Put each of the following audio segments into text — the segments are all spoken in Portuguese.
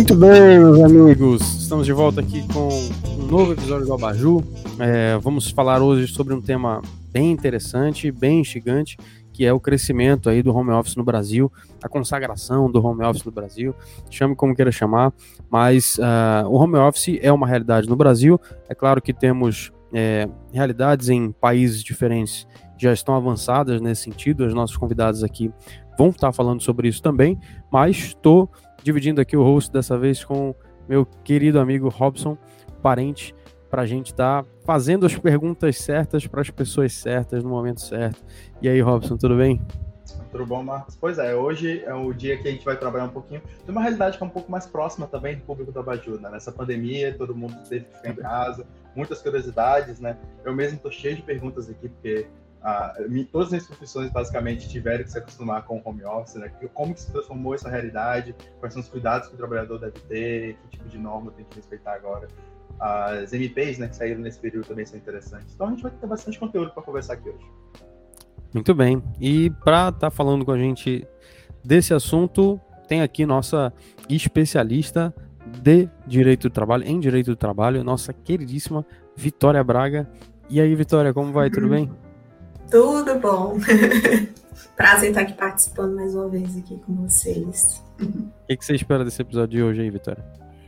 Muito bem, meus amigos, estamos de volta aqui com um novo episódio do Abajur. Vamos falar hoje sobre um tema bem interessante, bem instigante, que é o crescimento aí do home office no Brasil, a consagração do home office no Brasil, chame como queira chamar, mas o home office é uma realidade no Brasil. É claro que temos realidades em países diferentes que já estão avançadas nesse sentido. Os nossos convidados aqui vão estar falando sobre isso também, mas estou dividindo aqui o host dessa vez com meu querido amigo Robson Parente, para a gente estar fazendo as perguntas certas para as pessoas certas no momento certo. E aí, Robson, tudo bem? Tudo bom, Marcos? Pois é, hoje é o dia que a gente vai trabalhar um pouquinho de uma realidade que é um pouco mais próxima também do público do Abajur, né? Nessa pandemia, todo mundo teve que ficar em casa, muitas curiosidades, né? Eu mesmo estou cheio de perguntas aqui, porque todas as profissões basicamente tiveram que se acostumar com o home office, né? Como que se transformou essa realidade, quais são os cuidados que o trabalhador deve ter, que tipo de norma tem que respeitar agora. As MPs, né, que saíram nesse período também são interessantes. Então a gente vai ter bastante conteúdo para conversar aqui hoje. Muito bem. E para estar falando com a gente desse assunto, tem aqui nossa especialista de Direito do Trabalho, em Direito do Trabalho, nossa queridíssima Vitória Braga. E aí, Vitória, como vai? Tudo bem? Tudo bom. Prazer estar aqui participando mais uma vez aqui com vocês. O que você espera desse episódio de hoje aí, Vitória?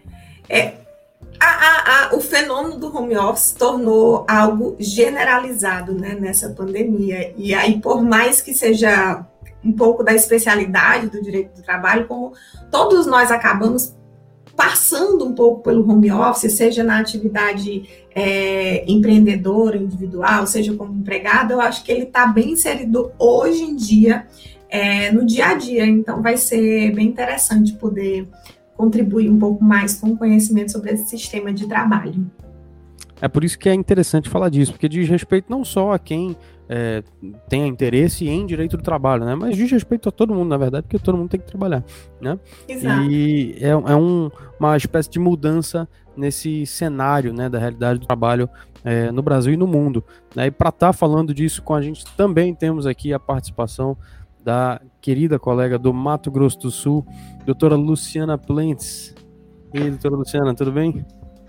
O fenômeno do home office tornou algo generalizado, né, nessa pandemia. E aí, por mais que seja um pouco da especialidade do direito do trabalho, como todos nós acabamos passando um pouco pelo home office, seja na atividade empreendedora, individual, seja como empregado, eu acho que ele está bem inserido hoje em dia, no dia a dia. Então, vai ser bem interessante poder contribuir um pouco mais com o conhecimento sobre esse sistema de trabalho. É por isso que é interessante falar disso, porque diz respeito não só a quem tenha interesse em direito do trabalho, né? Mas diz respeito a todo mundo, na verdade, porque todo mundo tem que trabalhar, né? Exato. E é uma espécie de mudança nesse cenário, né, da realidade do trabalho no Brasil e no mundo, né? E para estar falando disso com a gente, também temos aqui a participação da querida colega do Mato Grosso do Sul, doutora Luciana Plentes. E aí, doutora Luciana, tudo bem?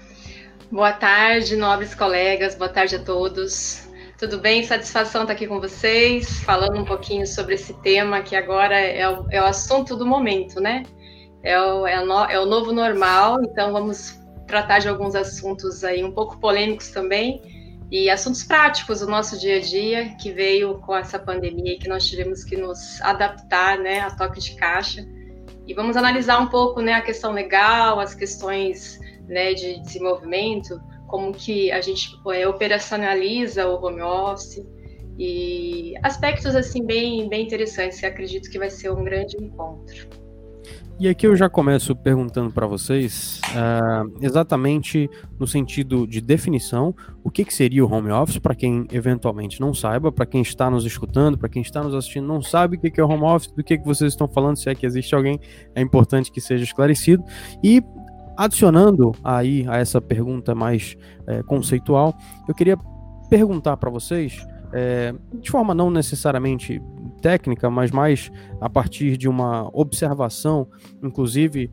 Boa tarde, nobres colegas, boa tarde a todos. Tudo bem? Satisfação estar aqui com vocês, falando um pouquinho sobre esse tema que agora é o assunto do momento, né? É o novo normal, então vamos tratar de alguns assuntos aí um pouco polêmicos também, e assuntos práticos do nosso dia a dia, que veio com essa pandemia e que nós tivemos que nos adaptar, né, a toque de caixa. E vamos analisar um pouco, né, a questão legal, as questões, né, de desenvolvimento, como que a gente operacionaliza o home office, e aspectos assim bem interessantes. Eu acredito que vai ser um grande encontro. E aqui eu já começo perguntando para vocês, exatamente no sentido de definição, o que seria o home office, para quem eventualmente não saiba, para quem está nos escutando, para quem está nos assistindo, não sabe o que é o home office, do que vocês estão falando, se é que existe alguém, é importante que seja esclarecido. E adicionando aí a essa pergunta mais conceitual, eu queria perguntar para vocês, de forma não necessariamente técnica, mas mais a partir de uma observação, inclusive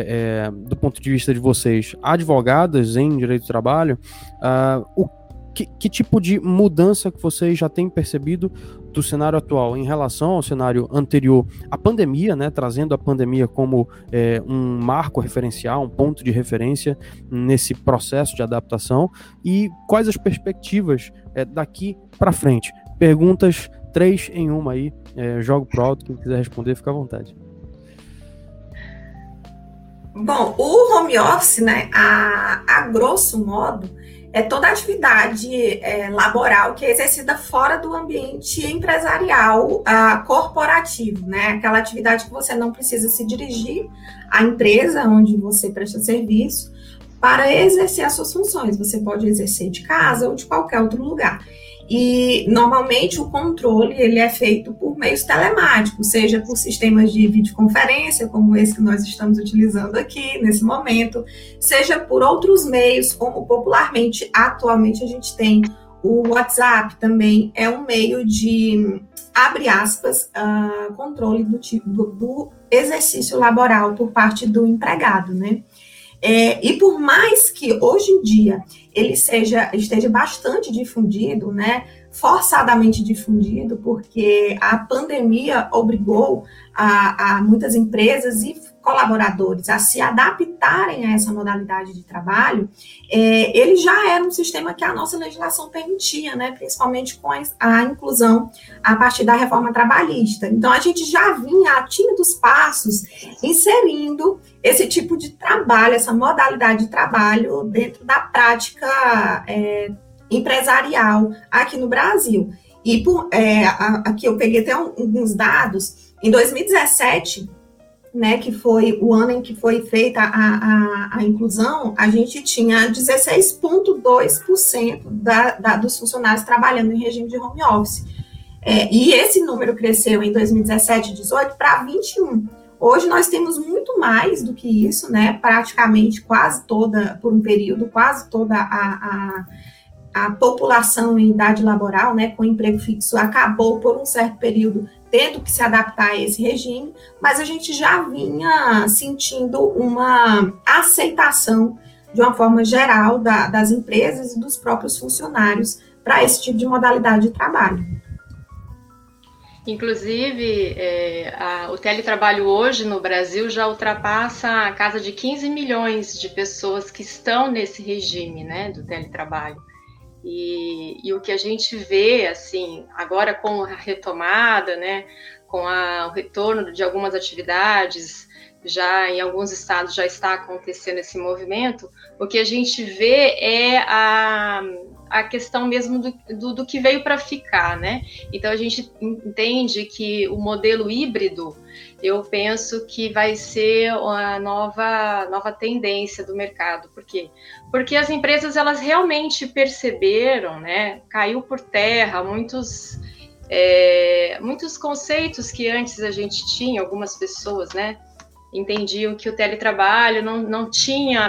do ponto de vista de vocês, advogadas em direito do trabalho, que tipo de mudança que vocês já têm percebido do cenário atual em relação ao cenário anterior à pandemia, né, trazendo a pandemia como um marco referencial, um ponto de referência nesse processo de adaptação, e quais as perspectivas daqui para frente? Perguntas 3 em 1 aí, jogo pro alto, quem quiser responder, fica à vontade. Bom, o home office, né, a grosso modo, é toda atividade laboral que é exercida fora do ambiente empresarial corporativo, né? Aquela atividade que você não precisa se dirigir à empresa onde você presta serviço para exercer as suas funções. Você pode exercer de casa ou de qualquer outro lugar. E, normalmente, o controle ele é feito por meios telemáticos, seja por sistemas de videoconferência, como esse que nós estamos utilizando aqui, nesse momento, seja por outros meios, como popularmente, atualmente, a gente tem O WhatsApp também é um meio de, abre aspas, controle do exercício laboral por parte do empregado, né? E por mais que hoje em dia ele esteja bastante difundido, né, forçadamente difundido, porque a pandemia obrigou a muitas empresas e colaboradores a se adaptarem a essa modalidade de trabalho, ele já era um sistema que a nossa legislação permitia, né, principalmente com a inclusão a partir da reforma trabalhista. Então, a gente já vinha a tímidos passos inserindo esse tipo de trabalho, essa modalidade de trabalho dentro da prática empresarial aqui no Brasil. E aqui eu peguei até alguns dados. Em 2017, né, que foi o ano em que foi feita a inclusão, a gente tinha 16,2% dos funcionários trabalhando em regime de home office. E esse número cresceu em 2017 e 2018 para 21%. Hoje nós temos muito mais do que isso, né? Praticamente quase toda, por um período, quase toda a população em idade laboral, né, com emprego fixo, acabou por um certo período tendo que se adaptar a esse regime, mas a gente já vinha sentindo uma aceitação de uma forma geral das empresas e dos próprios funcionários para esse tipo de modalidade de trabalho. Inclusive, o teletrabalho hoje no Brasil já ultrapassa a casa de 15 milhões de pessoas que estão nesse regime, né, do teletrabalho. E o que a gente vê, assim, agora com a retomada, né, com o retorno de algumas atividades, já em alguns estados já está acontecendo esse movimento, o que a gente vê é a questão mesmo do que veio para ficar, né? Então, a gente entende que o modelo híbrido, eu penso que vai ser a nova tendência do mercado. Por quê? Porque as empresas, elas realmente perceberam, né? Caiu por terra muitos conceitos que antes a gente tinha, algumas pessoas, né, entendiam que o teletrabalho não tinha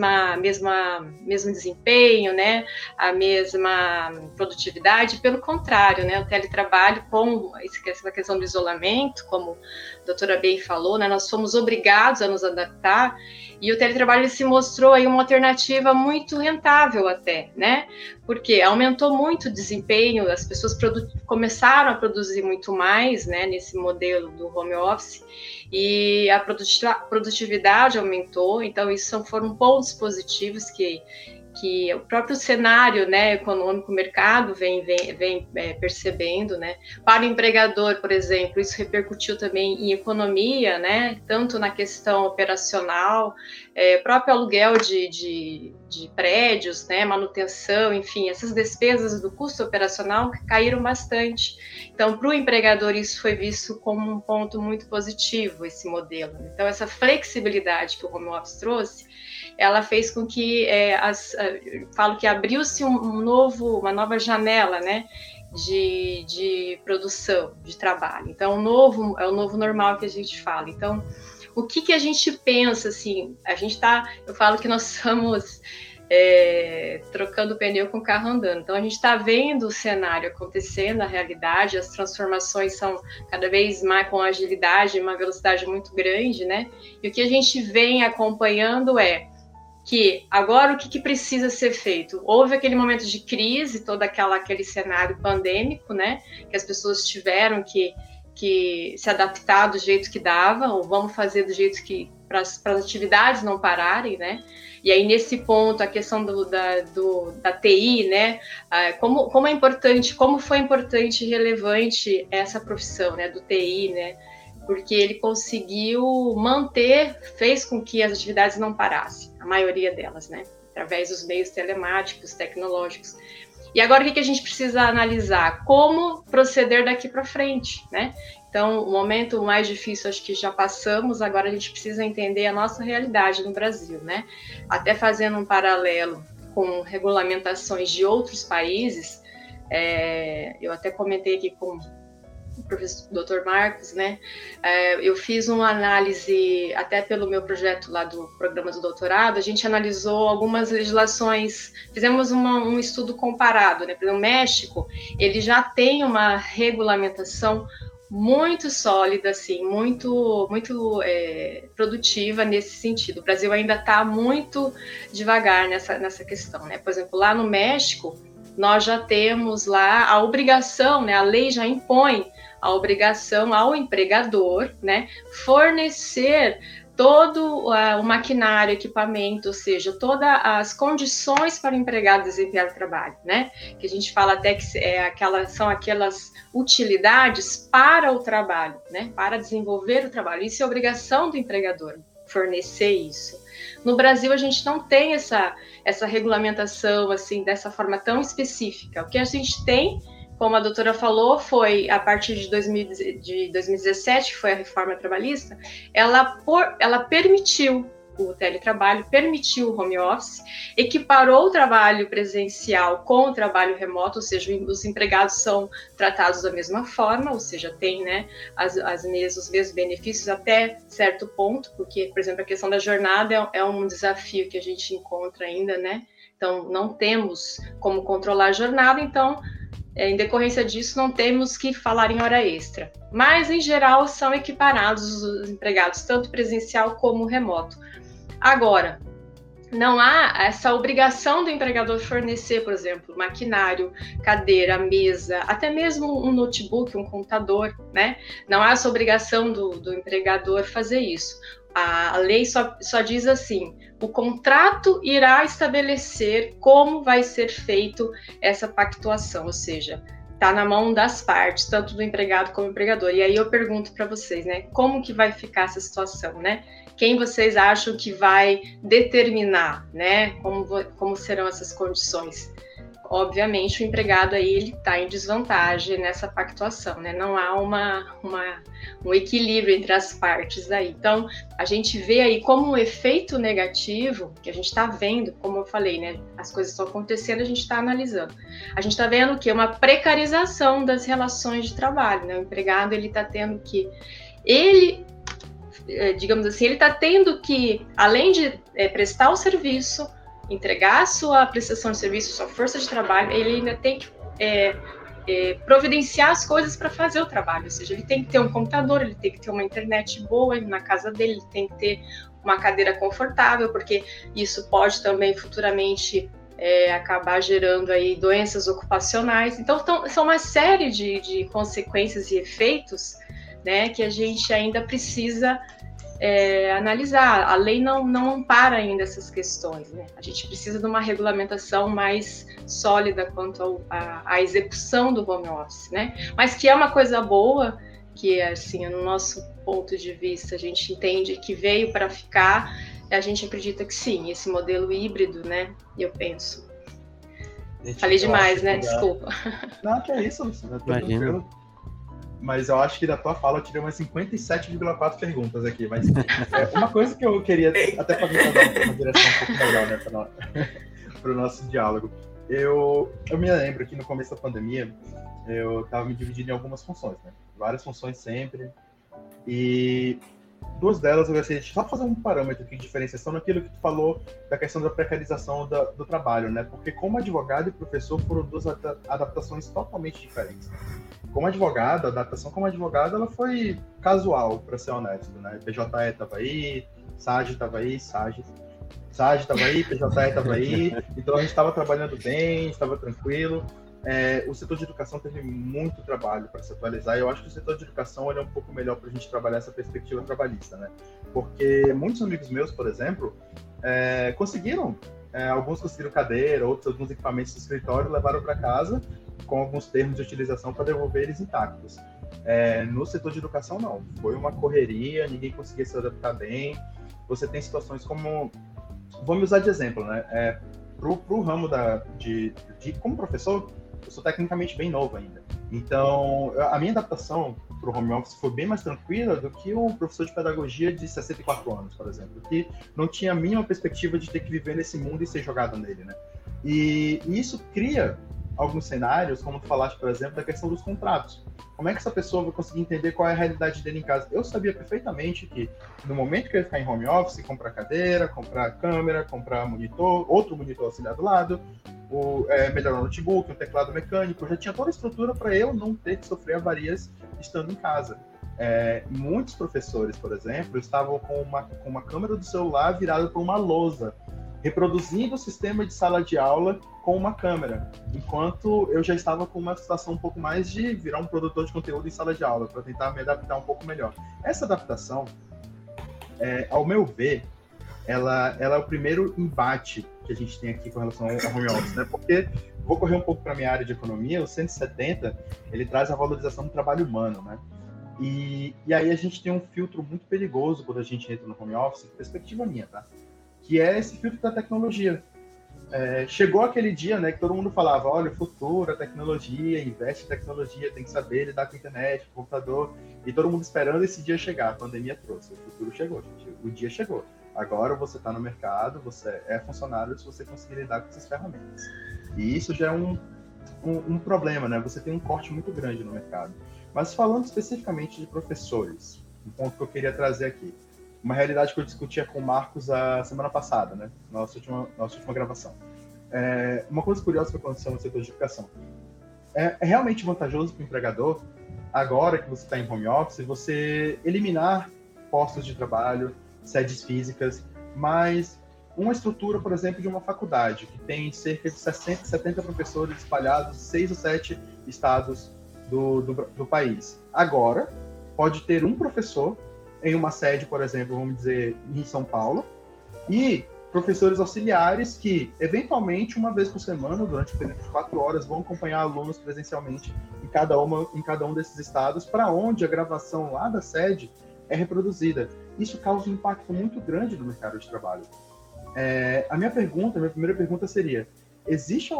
mesmo desempenho, né, a mesma produtividade. Pelo contrário, né, o teletrabalho, com essa questão do isolamento, como a doutora bem falou, né, nós fomos obrigados a nos adaptar, e o teletrabalho se mostrou aí uma alternativa muito rentável até, né, porque aumentou muito o desempenho, as pessoas começaram a produzir muito mais, né, nesse modelo do home office, e a produtividade aumentou. Então isso foram pontos positivos que o próprio cenário, né, econômico, mercado vem percebendo, né. Para o empregador, por exemplo, isso repercutiu também em economia, né, tanto na questão operacional, próprio aluguel de prédios, né, manutenção, enfim, essas despesas do custo operacional caíram bastante. Então, para o empregador, isso foi visto como um ponto muito positivo, esse modelo. Então, essa flexibilidade que o home office trouxe, ela fez com que, falo que abriu-se uma nova janela, né, de produção, de trabalho. Então, é o novo normal que a gente fala. Então, o que a gente pensa, assim, eu falo que nós estamos trocando pneu com o carro andando. Então, a gente está vendo o cenário acontecendo, a realidade, as transformações são cada vez mais com agilidade, uma velocidade muito grande, né? E o que a gente vem acompanhando que agora o que precisa ser feito? Houve aquele momento de crise, todo aquele cenário pandêmico, né? Que as pessoas tiveram que se adaptar do jeito que dava, ou vamos fazer do jeito que para as atividades não pararem, né? E aí, nesse ponto, a questão da TI, né? Como é importante, como foi importante e relevante essa profissão, né? Do TI, né? Porque ele conseguiu fez com que as atividades não parassem, a maioria delas, né? Através dos meios telemáticos, tecnológicos. E agora, o que a gente precisa analisar? Como proceder daqui para frente, né? Então, o momento mais difícil, acho que já passamos, agora a gente precisa entender a nossa realidade no Brasil, né? Até fazendo um paralelo com regulamentações de outros países, eu até comentei aqui com o professor Dr. Marcos, né? Eu fiz uma análise, até pelo meu projeto lá do programa do doutorado, a gente analisou algumas legislações, fizemos um estudo comparado, né? No México, ele já tem uma regulamentação muito sólida, assim, muito produtiva nesse sentido. O Brasil ainda está muito devagar nessa questão, né? Por exemplo, lá no México, nós já temos lá a obrigação, né? A lei já impõe a obrigação ao empregador, né? Fornecer todo o maquinário, equipamento, ou seja, todas as condições para o empregado desempenhar o trabalho, né? Que a gente fala até que são aquelas utilidades para o trabalho, né? Para desenvolver o trabalho. Isso é obrigação do empregador, fornecer isso. No Brasil, a gente não tem essa regulamentação, assim, dessa forma tão específica. O que a gente tem, como a doutora falou, foi a partir de 2017, que foi a reforma trabalhista, ela permitiu o teletrabalho, permitiu o home office, equiparou o trabalho presencial com o trabalho remoto, ou seja, os empregados são tratados da mesma forma, ou seja, tem, né, os mesmos benefícios até certo ponto, porque, por exemplo, a questão da jornada é um desafio que a gente encontra ainda, né? Então, não temos como controlar a jornada, então, em decorrência disso, não temos que falar em hora extra. Mas, em geral, são equiparados os empregados, tanto presencial como remoto. Agora, não há essa obrigação do empregador fornecer, por exemplo, maquinário, cadeira, mesa, até mesmo um notebook, um computador, né? Não há essa obrigação do empregador fazer isso. A lei só diz assim: o contrato irá estabelecer como vai ser feito essa pactuação, ou seja, está na mão das partes, tanto do empregado como do empregador. E aí eu pergunto para vocês, né, como que vai ficar essa situação, né? Quem vocês acham que vai determinar, né, como serão essas condições? Obviamente, o empregado aí ele está em desvantagem nessa pactuação, né? Não há um equilíbrio entre as partes aí. Então, a gente vê aí como um efeito negativo, que a gente está vendo, como eu falei, né? As coisas estão acontecendo, a gente está analisando. A gente está vendo o quê? Uma precarização das relações de trabalho, né? O empregado, ele está tendo que... digamos assim, ele está tendo que, além de prestar o serviço, entregar a sua prestação de serviço, sua força de trabalho, ele ainda tem que providenciar as coisas para fazer o trabalho, ou seja, ele tem que ter um computador, ele tem que ter uma internet boa na casa dele, ele tem que ter uma cadeira confortável, porque isso pode também futuramente acabar gerando aí doenças ocupacionais. Então, são uma série de consequências e efeitos, né, que a gente ainda precisa analisar. A lei não ampara ainda essas questões, né? A gente precisa de uma regulamentação mais sólida quanto à execução do home office, né? Mas que é uma coisa boa, que assim, no nosso ponto de vista, a gente entende que veio para ficar, a gente acredita que sim, esse modelo híbrido, né? Eu penso. Falei demais, né? Desculpa. Não, que é isso, Luciana. Imagina. Mas eu acho que da tua fala eu tirei umas 57,4 perguntas aqui. Mas uma coisa que eu queria, até para dar uma direção um pouco melhor, né, para o nosso diálogo. Eu me lembro que no começo da pandemia eu estava me dividindo em algumas funções, né? Várias funções sempre. E duas delas eu gostaria de só fazer um parâmetro aqui de diferenciação naquilo que tu falou da questão da precarização do trabalho, né? Porque como advogado e professor foram duas adaptações totalmente diferentes. Como advogado, a adaptação como advogado, ela foi casual, para ser honesto, né? PJE estava aí, SAGE estava aí, SAGE estava aí, PJE estava aí, então a gente estava trabalhando bem, estava tranquilo. O setor de educação teve muito trabalho para se atualizar, e eu acho que o setor de educação é um pouco melhor para a gente trabalhar essa perspectiva trabalhista, né? Porque muitos amigos meus, por exemplo, conseguiram, alguns conseguiram cadeira, outros alguns equipamentos do escritório, levaram para casa com alguns termos de utilização para devolver eles intactos. No setor de educação, não. Foi uma correria, ninguém conseguia se adaptar bem. Você tem situações como... Vou me usar de exemplo, né? Pro ramo como professor, eu sou tecnicamente bem novo ainda. Então, a minha adaptação para o home office foi bem mais tranquila do que um professor de pedagogia de 64 anos, por exemplo, que não tinha a mínima perspectiva de ter que viver nesse mundo e ser jogado nele, né? E isso cria alguns cenários, como tu falaste, por exemplo, da questão dos contratos. Como é que essa pessoa vai conseguir entender qual é a realidade dele em casa? Eu sabia perfeitamente que no momento que ele ficar em home office, comprar cadeira, comprar câmera, comprar monitor, outro monitor auxiliar do lado, melhorar o notebook, um teclado mecânico, eu já tinha toda a estrutura para eu não ter que sofrer avarias estando em casa. Muitos professores, por exemplo, estavam com uma câmera do celular virada para uma lousa, reproduzindo o sistema de sala de aula com uma câmera, enquanto eu já estava com uma situação um pouco mais de virar um produtor de conteúdo em sala de aula, para tentar me adaptar um pouco melhor. Essa adaptação, ao meu ver, ela é o primeiro embate que a gente tem aqui com relação ao home office, né? Porque, vou correr um pouco para a minha área de economia, o 170, ele traz a valorização do trabalho humano, né? E aí a gente tem um filtro muito perigoso quando a gente entra no home office, perspectiva minha, tá? Que é esse filtro da tecnologia. Chegou aquele dia, né, que todo mundo falava, olha, o futuro, a tecnologia, investe em tecnologia, tem que saber lidar com a internet, com o computador, e todo mundo esperando esse dia chegar. A pandemia trouxe, o futuro chegou, gente, o dia chegou. Agora você está no mercado, você é funcionário se você conseguir lidar com essas ferramentas. E isso já é um problema, né? Você tem um corte muito grande no mercado. Mas falando especificamente de professores, um ponto que eu queria trazer aqui, uma realidade que eu discutia com o Marcos a semana passada, né? Nossa última gravação. Uma coisa curiosa que aconteceu no setor de educação. É realmente vantajoso para o empregador, agora que você está em home office, você eliminar postos de trabalho, sedes físicas, mas uma estrutura, por exemplo, de uma faculdade, que tem cerca de 60, 70 professores espalhados em 6 ou 7 estados do país. Agora, pode ter um professor em uma sede, por exemplo, vamos dizer, em São Paulo, e professores auxiliares que, eventualmente, uma vez por semana, durante o período de 4 horas, vão acompanhar alunos presencialmente em cada um desses estados, para onde a gravação lá da sede é reproduzida. Isso causa um impacto muito grande no mercado de trabalho. A minha primeira pergunta seria, existe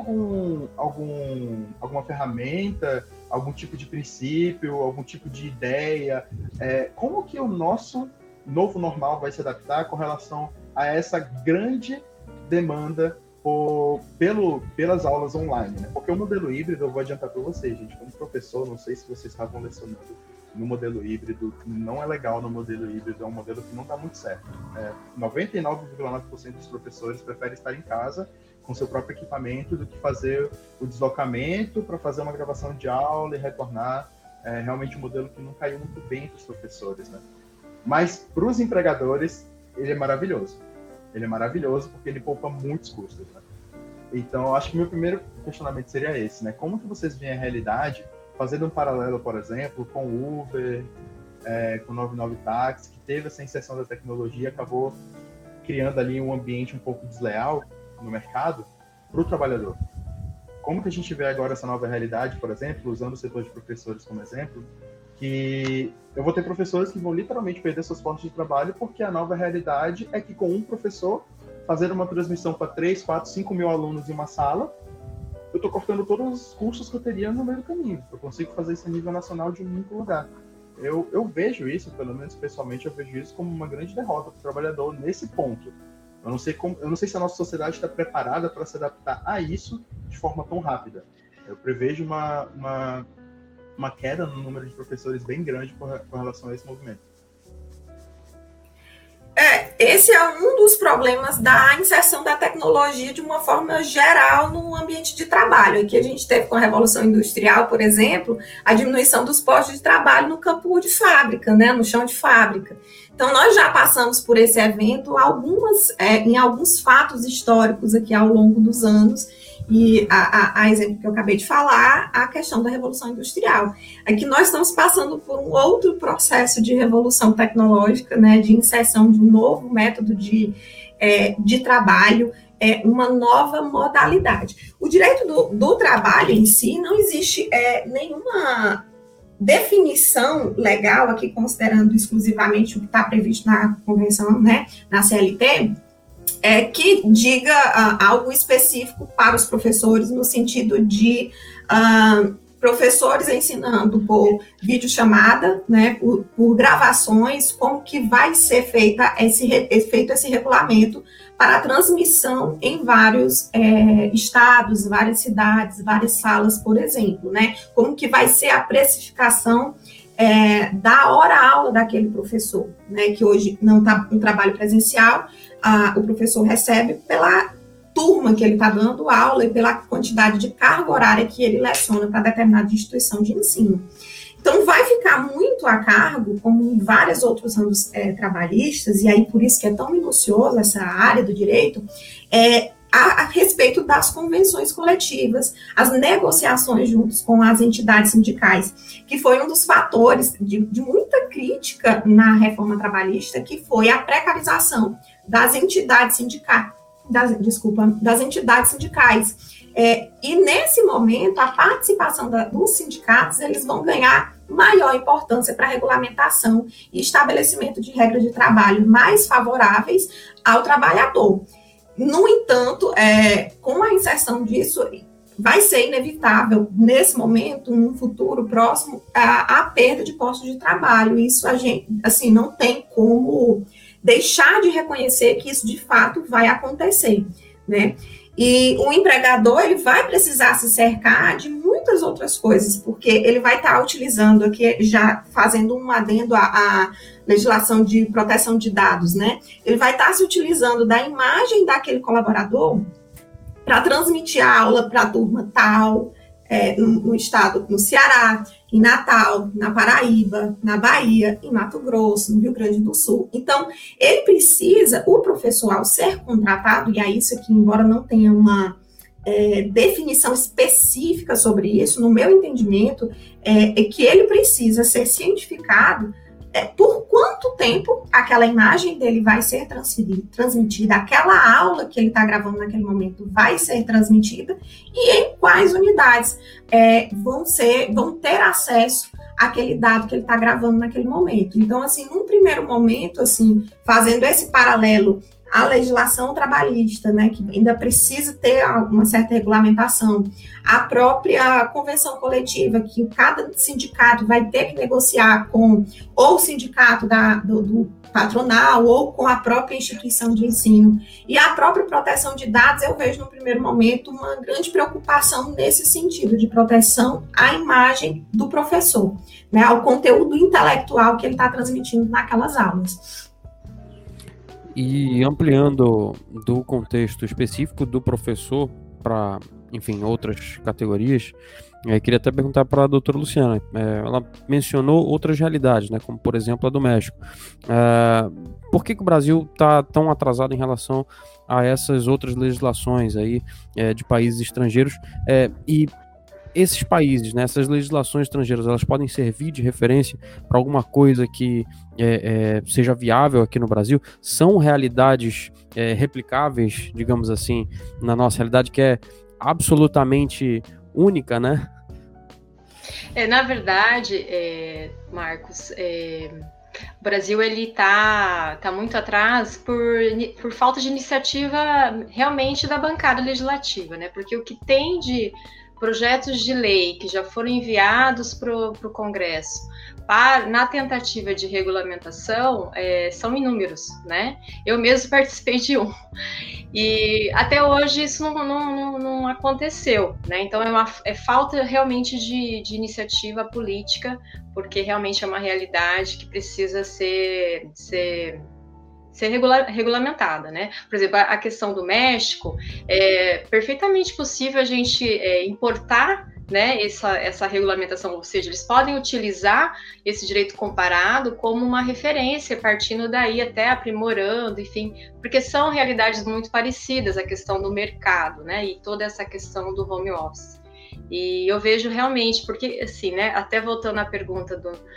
alguma ferramenta, algum tipo de princípio, algum tipo de ideia? Como que o nosso novo normal vai se adaptar com relação a essa grande demanda pelas aulas online, né? Porque o modelo híbrido, eu vou adiantar para vocês, gente, como professor, não sei se vocês estavam lecionando no modelo híbrido, não é legal no modelo híbrido, é um modelo que não dá muito certo. 99,9% dos professores preferem estar em casa com seu próprio equipamento do que fazer o deslocamento para fazer uma gravação de aula e retornar. É realmente um modelo que não caiu muito bem para os professores, né? Mas para os empregadores, ele é maravilhoso. Ele é maravilhoso porque ele poupa muitos custos, né? Então, eu acho que meu primeiro questionamento seria esse, né? Como que vocês veem a realidade, fazendo um paralelo, por exemplo, com o Uber, com o 99 Táxi, que teve essa inserção da tecnologia, acabou criando ali um ambiente um pouco desleal no mercado para o trabalhador. Como que a gente vê agora essa nova realidade, por exemplo, usando o setor de professores como exemplo, que eu vou ter professores que vão literalmente perder seus postos de trabalho porque a nova realidade é que com um professor fazer uma transmissão para 3, 4, 5 mil alunos em uma sala, eu estou cortando todos os custos que eu teria no meio do caminho. Eu consigo fazer isso a nível nacional de um único lugar. Eu vejo isso, pelo menos pessoalmente, eu vejo isso como uma grande derrota para o trabalhador nesse ponto. Eu não sei se a nossa sociedade está preparada para se adaptar a isso de forma tão rápida. Eu prevejo uma queda no número de professores bem grande com relação a esse movimento. Esse é um dos problemas da inserção da tecnologia de uma forma geral no ambiente de trabalho. Aqui a gente teve com a Revolução Industrial, por exemplo, a diminuição dos postos de trabalho no campo de fábrica, né, no chão de fábrica. Então, nós já passamos por esse evento em alguns fatos históricos aqui ao longo dos anos, e a exemplo que eu acabei de falar, a questão da Revolução Industrial. Aqui nós estamos passando por um outro processo de revolução tecnológica, né, de inserção de um novo método de trabalho, uma nova modalidade. O direito do trabalho em si, não existe nenhuma definição legal, aqui considerando exclusivamente o que está previsto na convenção, né, na CLT, que diga algo específico para os professores no sentido de professores ensinando por videochamada, né, por gravações, como que vai ser feito esse regulamento para a transmissão em vários estados, várias cidades, várias salas, por exemplo, né, como que vai ser a precificação da hora-aula daquele professor, né, que hoje não está em trabalho presencial, o professor recebe pela turma que ele está dando aula e pela quantidade de carga horária que ele leciona para determinada instituição de ensino. Então, vai ficar muito a cargo, como em vários outros ramos trabalhistas, e aí por isso que é tão minucioso essa área do direito, a respeito das convenções coletivas, as negociações juntos com as entidades sindicais, que foi um dos fatores de muita crítica na reforma trabalhista, que foi a precarização das entidades sindicais. Das entidades sindicais. E nesse momento, a participação dos sindicatos, eles vão ganhar maior importância para a regulamentação e estabelecimento de regras de trabalho mais favoráveis ao trabalhador. No entanto, com a inserção disso, vai ser inevitável, nesse momento, num futuro próximo, a perda de postos de trabalho. Isso a gente, assim, não tem como deixar de reconhecer que isso de fato vai acontecer, né? E o empregador, ele vai precisar se cercar de muitas outras coisas, porque ele vai estar utilizando aqui, já fazendo um adendo à legislação de proteção de dados, né? Ele vai estar se utilizando da imagem daquele colaborador para transmitir a aula para a turma tal, no estado, no Ceará, em Natal, na Paraíba, na Bahia, em Mato Grosso, no Rio Grande do Sul. Então, ele precisa, o professor, ao ser contratado, e é isso aqui, embora não tenha uma definição específica sobre isso, no meu entendimento, é que ele precisa ser cientificado por quanto tempo aquela imagem dele vai ser transmitida, aquela aula que ele está gravando naquele momento vai ser transmitida e em quais unidades vão ter acesso àquele dado que ele está gravando naquele momento. Então, assim, num primeiro momento, assim, fazendo esse paralelo à legislação trabalhista, né, que ainda precisa ter uma certa regulamentação, a própria convenção coletiva, que cada sindicato vai ter que negociar com ou o sindicato do patronal ou com a própria instituição de ensino, e a própria proteção de dados, eu vejo no primeiro momento uma grande preocupação nesse sentido, de proteção à imagem do professor, né, ao conteúdo intelectual que ele está transmitindo naquelas aulas. E ampliando do contexto específico do professor para, enfim, outras categorias, queria até perguntar para a doutora Luciana. Ela mencionou outras realidades, né, como, por exemplo, a do México. Por que o Brasil está tão atrasado em relação a essas outras legislações aí, de países estrangeiros? E esses países, né, essas legislações estrangeiras, elas podem servir de referência para alguma coisa que seja viável aqui no Brasil? São realidades replicáveis, digamos assim, na nossa realidade, que é absolutamente única, né? Na verdade, Marcos, o Brasil ele tá muito atrás por falta de iniciativa realmente da bancada legislativa, né? Porque o que tem de projetos de lei que já foram enviados para o Congresso na tentativa de regulamentação são inúmeros, né? Eu mesmo participei de um. E até hoje isso não aconteceu, né? Então é falta realmente de iniciativa política, porque realmente é uma realidade que precisa ser regulamentada, né? Por exemplo, a questão do México, é perfeitamente possível a gente importar, né, essa regulamentação, ou seja, eles podem utilizar esse direito comparado como uma referência, partindo daí até aprimorando, enfim, porque são realidades muito parecidas, a questão do mercado, né, e toda essa questão do home office. E eu vejo realmente, porque assim, né, até voltando à pergunta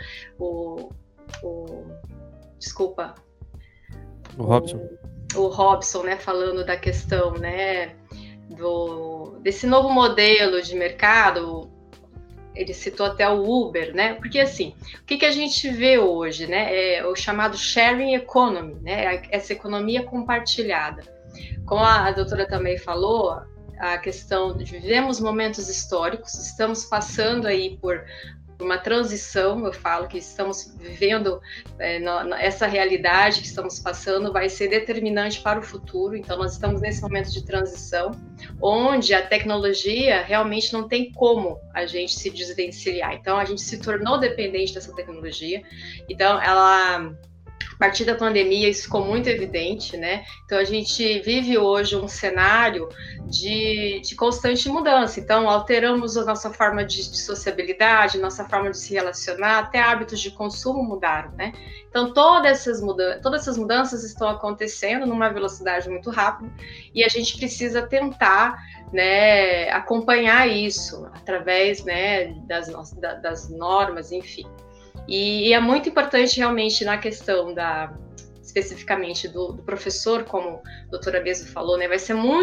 desculpa, o Robson. O Robson, né, falando da questão, né, desse novo modelo de mercado, ele citou até o Uber, né, porque assim, o que a gente vê hoje, né, é o chamado sharing economy, né, essa economia compartilhada. Como a doutora também falou, a questão de vivemos momentos históricos, estamos passando aí por uma transição, eu falo que estamos vivendo essa realidade que estamos passando vai ser determinante para o futuro, então nós estamos nesse momento de transição, onde a tecnologia realmente não tem como a gente se desvencilhar, então a gente se tornou dependente dessa tecnologia, então ela... A partir da pandemia, isso ficou muito evidente, né? Então, a gente vive hoje um cenário de constante mudança. Então, alteramos a nossa forma de sociabilidade, nossa forma de se relacionar, até hábitos de consumo mudaram, né? Então, todas essas mudanças estão acontecendo numa velocidade muito rápida e a gente precisa tentar, né, acompanhar isso através, né, das normas, enfim. E é muito importante realmente na questão especificamente do professor, como a doutora Bezo falou, né, vai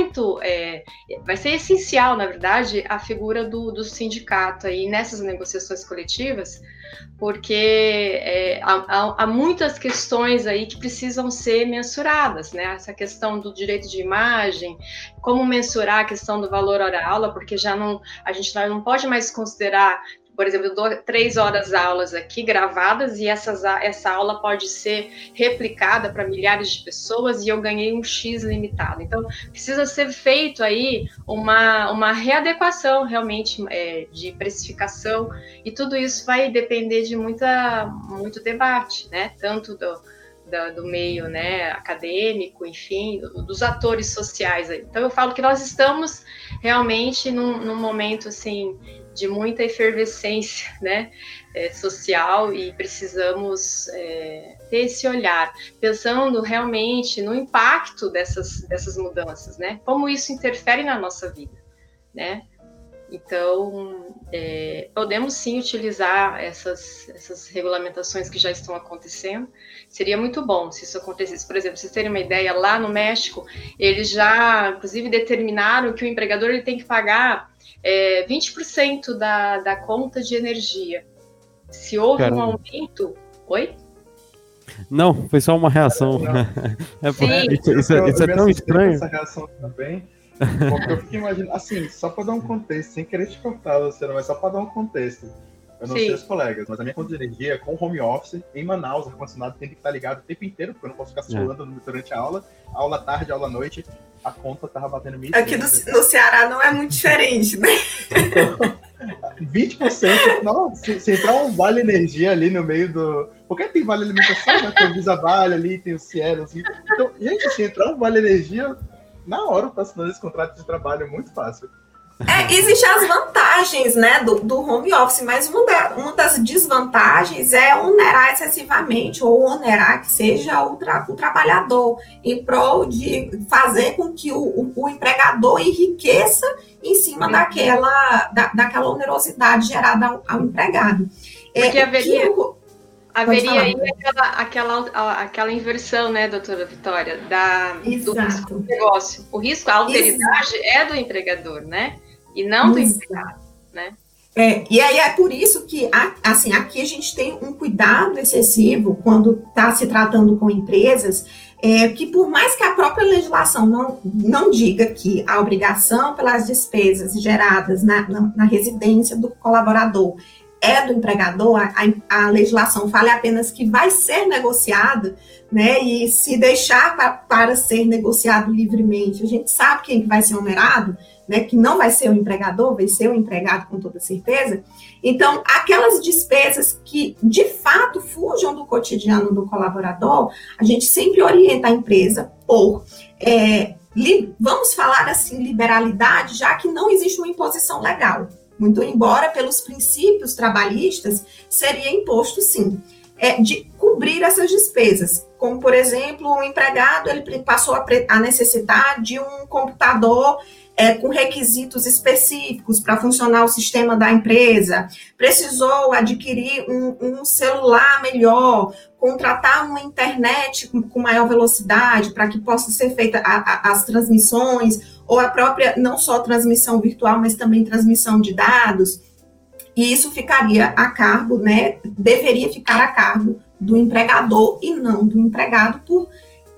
ser essencial, na verdade, a figura do sindicato aí nessas negociações coletivas, porque há muitas questões aí que precisam ser mensuradas, né, essa questão do direito de imagem, como mensurar a questão do valor hora-aula, porque a gente não pode mais considerar. Por exemplo, eu dou 3 horas aulas aqui gravadas e essa aula pode ser replicada para milhares de pessoas e eu ganhei um X limitado. Então, precisa ser feito aí uma readequação realmente de precificação e tudo isso vai depender de muito debate, né? Tanto do meio, né, acadêmico, enfim, dos atores sociais aí. Então, eu falo que nós estamos realmente num momento, assim, de muita efervescência, né, social e precisamos ter esse olhar, pensando realmente no impacto dessas mudanças, né, como isso interfere na nossa vida, né. Então, podemos sim utilizar essas regulamentações que já estão acontecendo. Seria muito bom se isso acontecesse. Por exemplo, vocês terem uma ideia, lá no México, eles já, inclusive, determinaram que o empregador ele tem que pagar 20% da conta de energia. Se houve um aumento... Oi? Não, foi só uma reação. Isso é tão estranho. Essa reação também... Porque eu fico imaginando, assim, só para dar um contexto, sem querer te cortar, Luciana, mas só para dar um contexto. Eu não sei os colegas, mas a minha conta de energia é com home office em Manaus, o ar-condicionado tem que estar ligado o tempo inteiro, porque eu não posso ficar suando durante a aula tarde, aula à noite, a conta tava batendo 1.000. Aqui no Ceará não é muito diferente, né? Então, 20%, não, se entrar um vale energia ali no meio do... Porque tem vale alimentação, né? Tem o Visa Vale ali, tem o Cielo, assim. Então, gente, se entrar um vale energia... Na hora eu assinando esse contrato de trabalho é muito fácil. Existem as vantagens, né, do home office, mas uma das desvantagens é onerar excessivamente, ou onerar que seja o trabalhador, em prol de fazer com que o empregador enriqueça em cima daquela onerosidade gerada ao empregado. Porque haveria aí aquela inversão, né, doutora Vitória, do risco do negócio. O risco, a alteridade é do empregador, né? E não do empregado, né? E aí é por isso que, assim, aqui a gente tem um cuidado excessivo quando está se tratando com empresas, que por mais que a própria legislação não diga que a obrigação pelas despesas geradas na residência do colaborador é do empregador, a legislação fala apenas que vai ser negociada, né, e se deixar para ser negociado livremente, a gente sabe quem vai ser onerado, né, que não vai ser o empregador, vai ser o empregado com toda certeza. Então, aquelas despesas que, de fato, fujam do cotidiano do colaborador, a gente sempre orienta a empresa por... vamos falar assim, liberalidade, já que não existe uma imposição legal. Muito embora, pelos princípios trabalhistas, seria imposto, sim, de cobrir essas despesas. Como, por exemplo, o empregado ele passou a necessitar de um computador com requisitos específicos para funcionar o sistema da empresa, precisou adquirir um celular melhor, contratar uma internet com maior velocidade para que possa ser feita as transmissões, ou a própria, não só transmissão virtual, mas também transmissão de dados, e isso ficaria a cargo, né, deveria ficar a cargo do empregador e não do empregado, por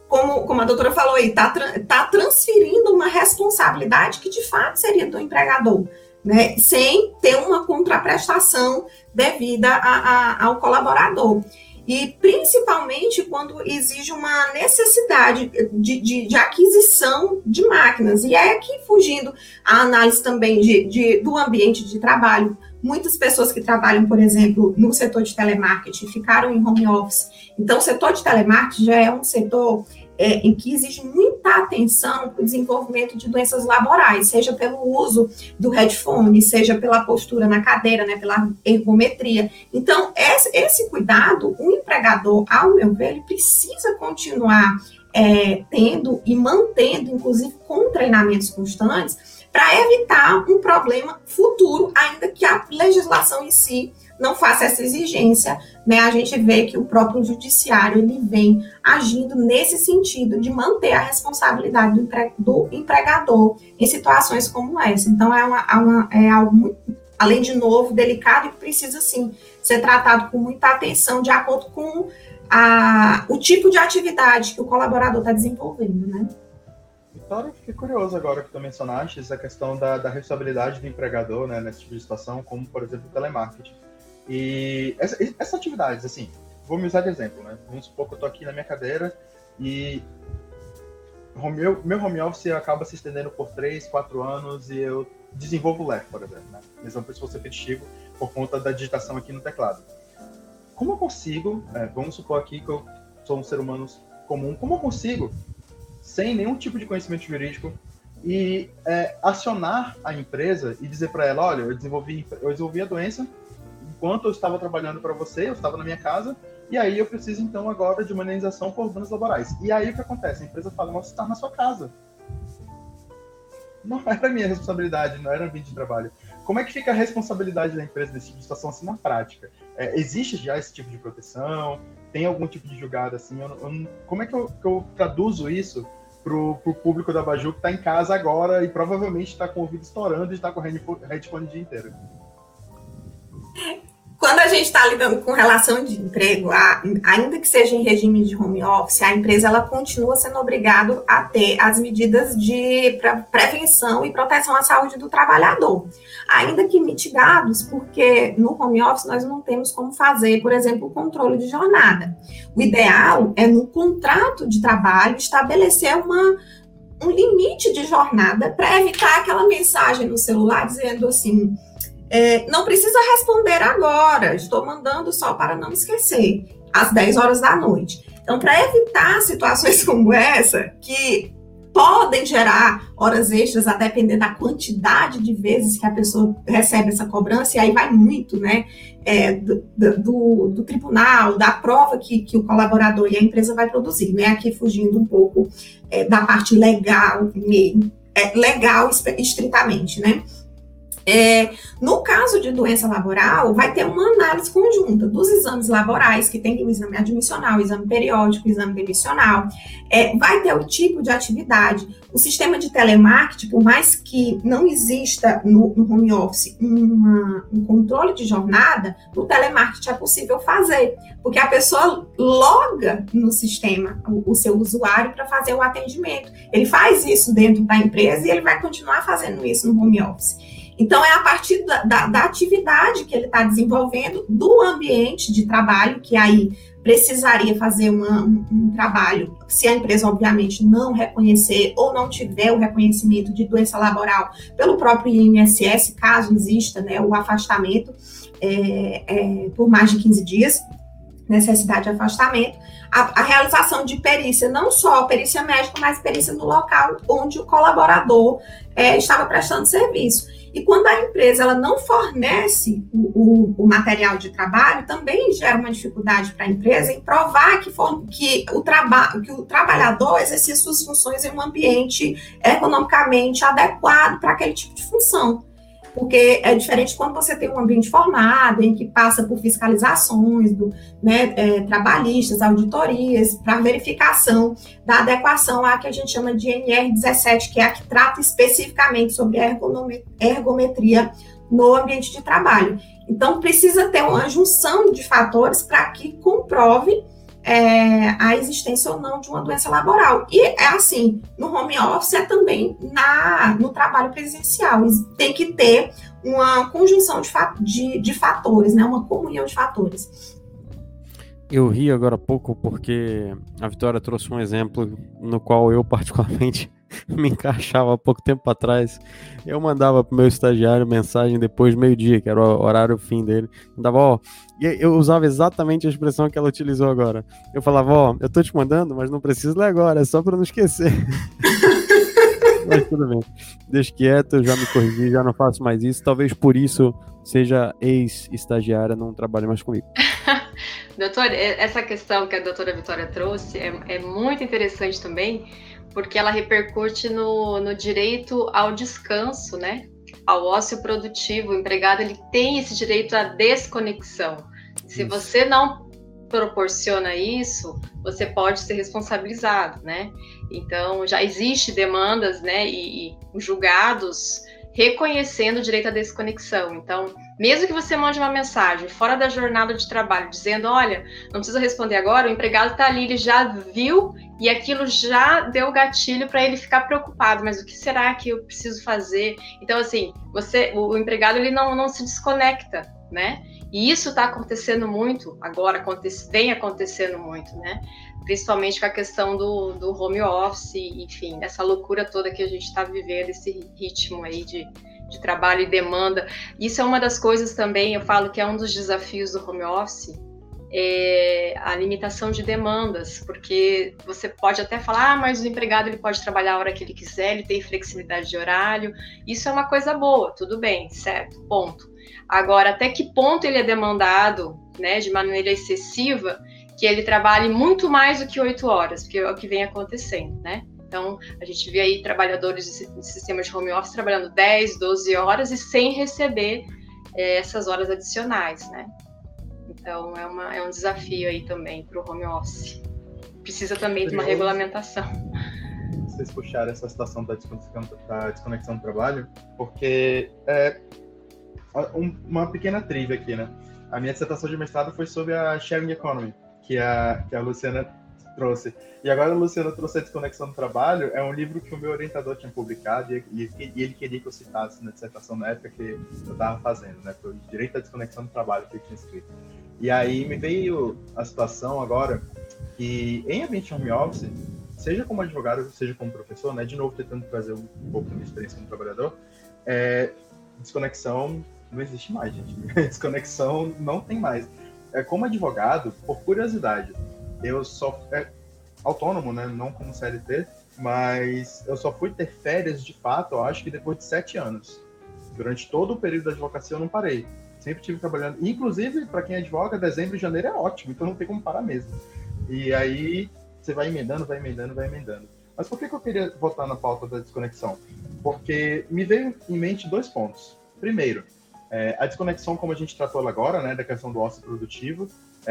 como a doutora falou aí, está transferindo uma responsabilidade que de fato seria do empregador, né, sem ter uma contraprestação devida ao colaborador. E principalmente quando exige uma necessidade de aquisição de máquinas. E é aqui, fugindo a análise também do ambiente de trabalho, muitas pessoas que trabalham, por exemplo, no setor de telemarketing ficaram em home office. Então, o setor de telemarketing já é um setor em que exige muita atenção para o desenvolvimento de doenças laborais, seja pelo uso do headphone, seja pela postura na cadeira, né, pela ergometria. Então, esse cuidado, o empregador, ao meu ver, ele precisa continuar tendo e mantendo, inclusive com treinamentos constantes, para evitar um problema futuro, ainda que a legislação em si não faça essa exigência, né? A gente vê que o próprio judiciário ele vem agindo nesse sentido de manter a responsabilidade do empregador em situações como essa. Então, é algo muito, além de novo, delicado e que precisa, sim, ser tratado com muita atenção de acordo com o tipo de atividade que o colaborador está desenvolvendo, né? Vitória, fiquei curioso agora que tu mencionaste essa questão da responsabilidade do empregador, né, nesse tipo de situação, como, por exemplo, o telemarketing. E essas atividades, assim, vou me usar de exemplo, né? Vamos supor que eu estou aqui na minha cadeira e meu home office acaba se estendendo por 3, 4 anos e eu desenvolvo o LEF, por exemplo, né? Exemplo, se fosse repetitivo por conta da digitação aqui no teclado. Como eu consigo, vamos supor aqui que eu sou um ser humano comum, como eu consigo, sem nenhum tipo de conhecimento jurídico, e acionar a empresa e dizer para ela, olha, eu desenvolvi a doença enquanto eu estava trabalhando para você, eu estava na minha casa, e aí eu preciso, então, agora de uma indenização por danos laborais. E aí o que acontece? A empresa fala, mas você está na sua casa. Não era minha responsabilidade, não era ambiente de trabalho. Como é que fica a responsabilidade da empresa nesse tipo de situação, assim, na prática? Existe já esse tipo de proteção? Tem algum tipo de julgado, assim? Como é que eu traduzo isso pro público da Baju que está em casa agora e provavelmente está com o ouvido estourando e está com o headphone o dia inteiro? Quando a gente está lidando com relação de emprego, ainda que seja em regime de home office, a empresa ela continua sendo obrigada a ter as medidas de prevenção e proteção à saúde do trabalhador, ainda que mitigados, porque no home office nós não temos como fazer, por exemplo, o controle de jornada. O ideal é no contrato de trabalho estabelecer um limite de jornada para evitar aquela mensagem no celular dizendo assim, não precisa responder agora, estou mandando só para não esquecer, às 10 horas da noite. Então, para evitar situações como essa, que podem gerar horas extras, a depender da quantidade de vezes que a pessoa recebe essa cobrança, e aí vai muito, né, do tribunal, da prova que o colaborador e a empresa vai produzir, né, aqui fugindo um pouco da parte legal, legal estritamente, né. No caso de doença laboral, vai ter uma análise conjunta dos exames laborais, que tem o exame admissional, o exame periódico, o exame demissional, vai ter o tipo de atividade. O sistema de telemarketing, por mais que não exista no home office um controle de jornada, no telemarketing é possível fazer, porque a pessoa loga no sistema o seu usuário para fazer o atendimento. Ele faz isso dentro da empresa e ele vai continuar fazendo isso no home office. Então, é a partir da atividade que ele está desenvolvendo, do ambiente de trabalho, que aí precisaria fazer um trabalho, se a empresa, obviamente, não reconhecer ou não tiver o reconhecimento de doença laboral pelo próprio INSS, caso exista, né, o afastamento por mais de 15 dias, necessidade de afastamento, a realização de perícia, não só perícia médica, mas perícia no local onde o colaborador estava prestando serviço. E quando a empresa ela não fornece o material de trabalho, também gera uma dificuldade para a empresa em provar que o trabalhador exercia suas funções em um ambiente economicamente adequado para aquele tipo de função. Porque é diferente quando você tem um ambiente formado, em que passa por fiscalizações trabalhistas, auditorias, para verificação da adequação à que a gente chama de NR17, que é a que trata especificamente sobre a ergometria no ambiente de trabalho. Então, precisa ter uma junção de fatores para que comprove a existência ou não de uma doença laboral. E é assim, no home office é também no trabalho presencial. Tem que ter uma conjunção de fatores, né? Uma comunhão de fatores. Eu ri agora há pouco porque a Vitória trouxe um exemplo no qual eu particularmente me encaixava há pouco tempo atrás. Eu mandava pro meu estagiário mensagem depois do meio-dia, que era o horário fim dele. Mandava, e eu usava exatamente a expressão que ela utilizou agora. Eu falava, eu tô te mandando, mas não preciso ler agora, é só pra não esquecer. Mas tudo bem, deixa quieto, eu já me corrigi, já não faço mais isso. Talvez por isso seja ex-estagiária, não trabalhe mais comigo. Doutor, essa questão que a doutora Vitória trouxe é muito interessante também, porque ela repercute no direito ao descanso, né? Ao ócio produtivo. O empregado ele tem esse direito à desconexão. Se você não proporciona isso, você pode ser responsabilizado, né? Então, já existe demandas, né, e julgados reconhecendo o direito à desconexão. Então, mesmo que você mande uma mensagem fora da jornada de trabalho, dizendo, olha, não precisa responder agora, o empregado está ali, ele já viu e aquilo já deu gatilho para ele ficar preocupado, mas o que será que eu preciso fazer? Então, assim, o empregado ele não se desconecta, né? E isso está acontecendo muito agora, vem acontecendo muito, né? Principalmente com a questão do home office, enfim, essa loucura toda que a gente está vivendo, esse ritmo aí de trabalho e demanda. Isso é uma das coisas também, eu falo que é um dos desafios do home office, a limitação de demandas, porque você pode até falar, mas o empregado ele pode trabalhar a hora que ele quiser, ele tem flexibilidade de horário, isso é uma coisa boa, tudo bem, certo, ponto. Agora, até que ponto ele é demandado, né, de maneira excessiva, que ele trabalhe muito mais do que 8 horas, porque é o que vem acontecendo, né? Então, a gente vê aí trabalhadores de sistema de home office trabalhando 10, 12 horas e sem receber essas horas adicionais, né? Então, é um desafio aí também para o home office. Precisa também de uma regulamentação. Vocês puxaram essa situação da desconexão do trabalho, porque uma pequena trivia aqui, né? A minha dissertação de mestrado foi sobre a sharing economy, que a Luciana trouxe. E agora a Luciana trouxe a desconexão do trabalho, é um livro que o meu orientador tinha publicado e ele queria que eu citasse na dissertação na época que eu estava fazendo, né? Foi o direito à desconexão do trabalho que ele tinha escrito. E aí me veio a situação agora que em ambiente home office, seja como advogado, seja como professor, né? De novo tentando trazer um pouco da minha experiência como trabalhador, desconexão não existe mais, gente. Desconexão não tem mais. Como advogado, por curiosidade, eu só autônomo, né? Não como CLT, mas eu só fui ter férias de fato, eu acho que depois de 7 anos. Durante todo o período da advocacia eu não parei. Sempre estive trabalhando. Inclusive, para quem advoga, dezembro e janeiro é ótimo, então não tem como parar mesmo. E aí você vai emendando. Mas por que eu queria voltar na pauta da desconexão? Porque me veio em mente 2 pontos. Primeiro, a desconexão, como a gente tratou ela agora, né, da questão do ócio produtivo,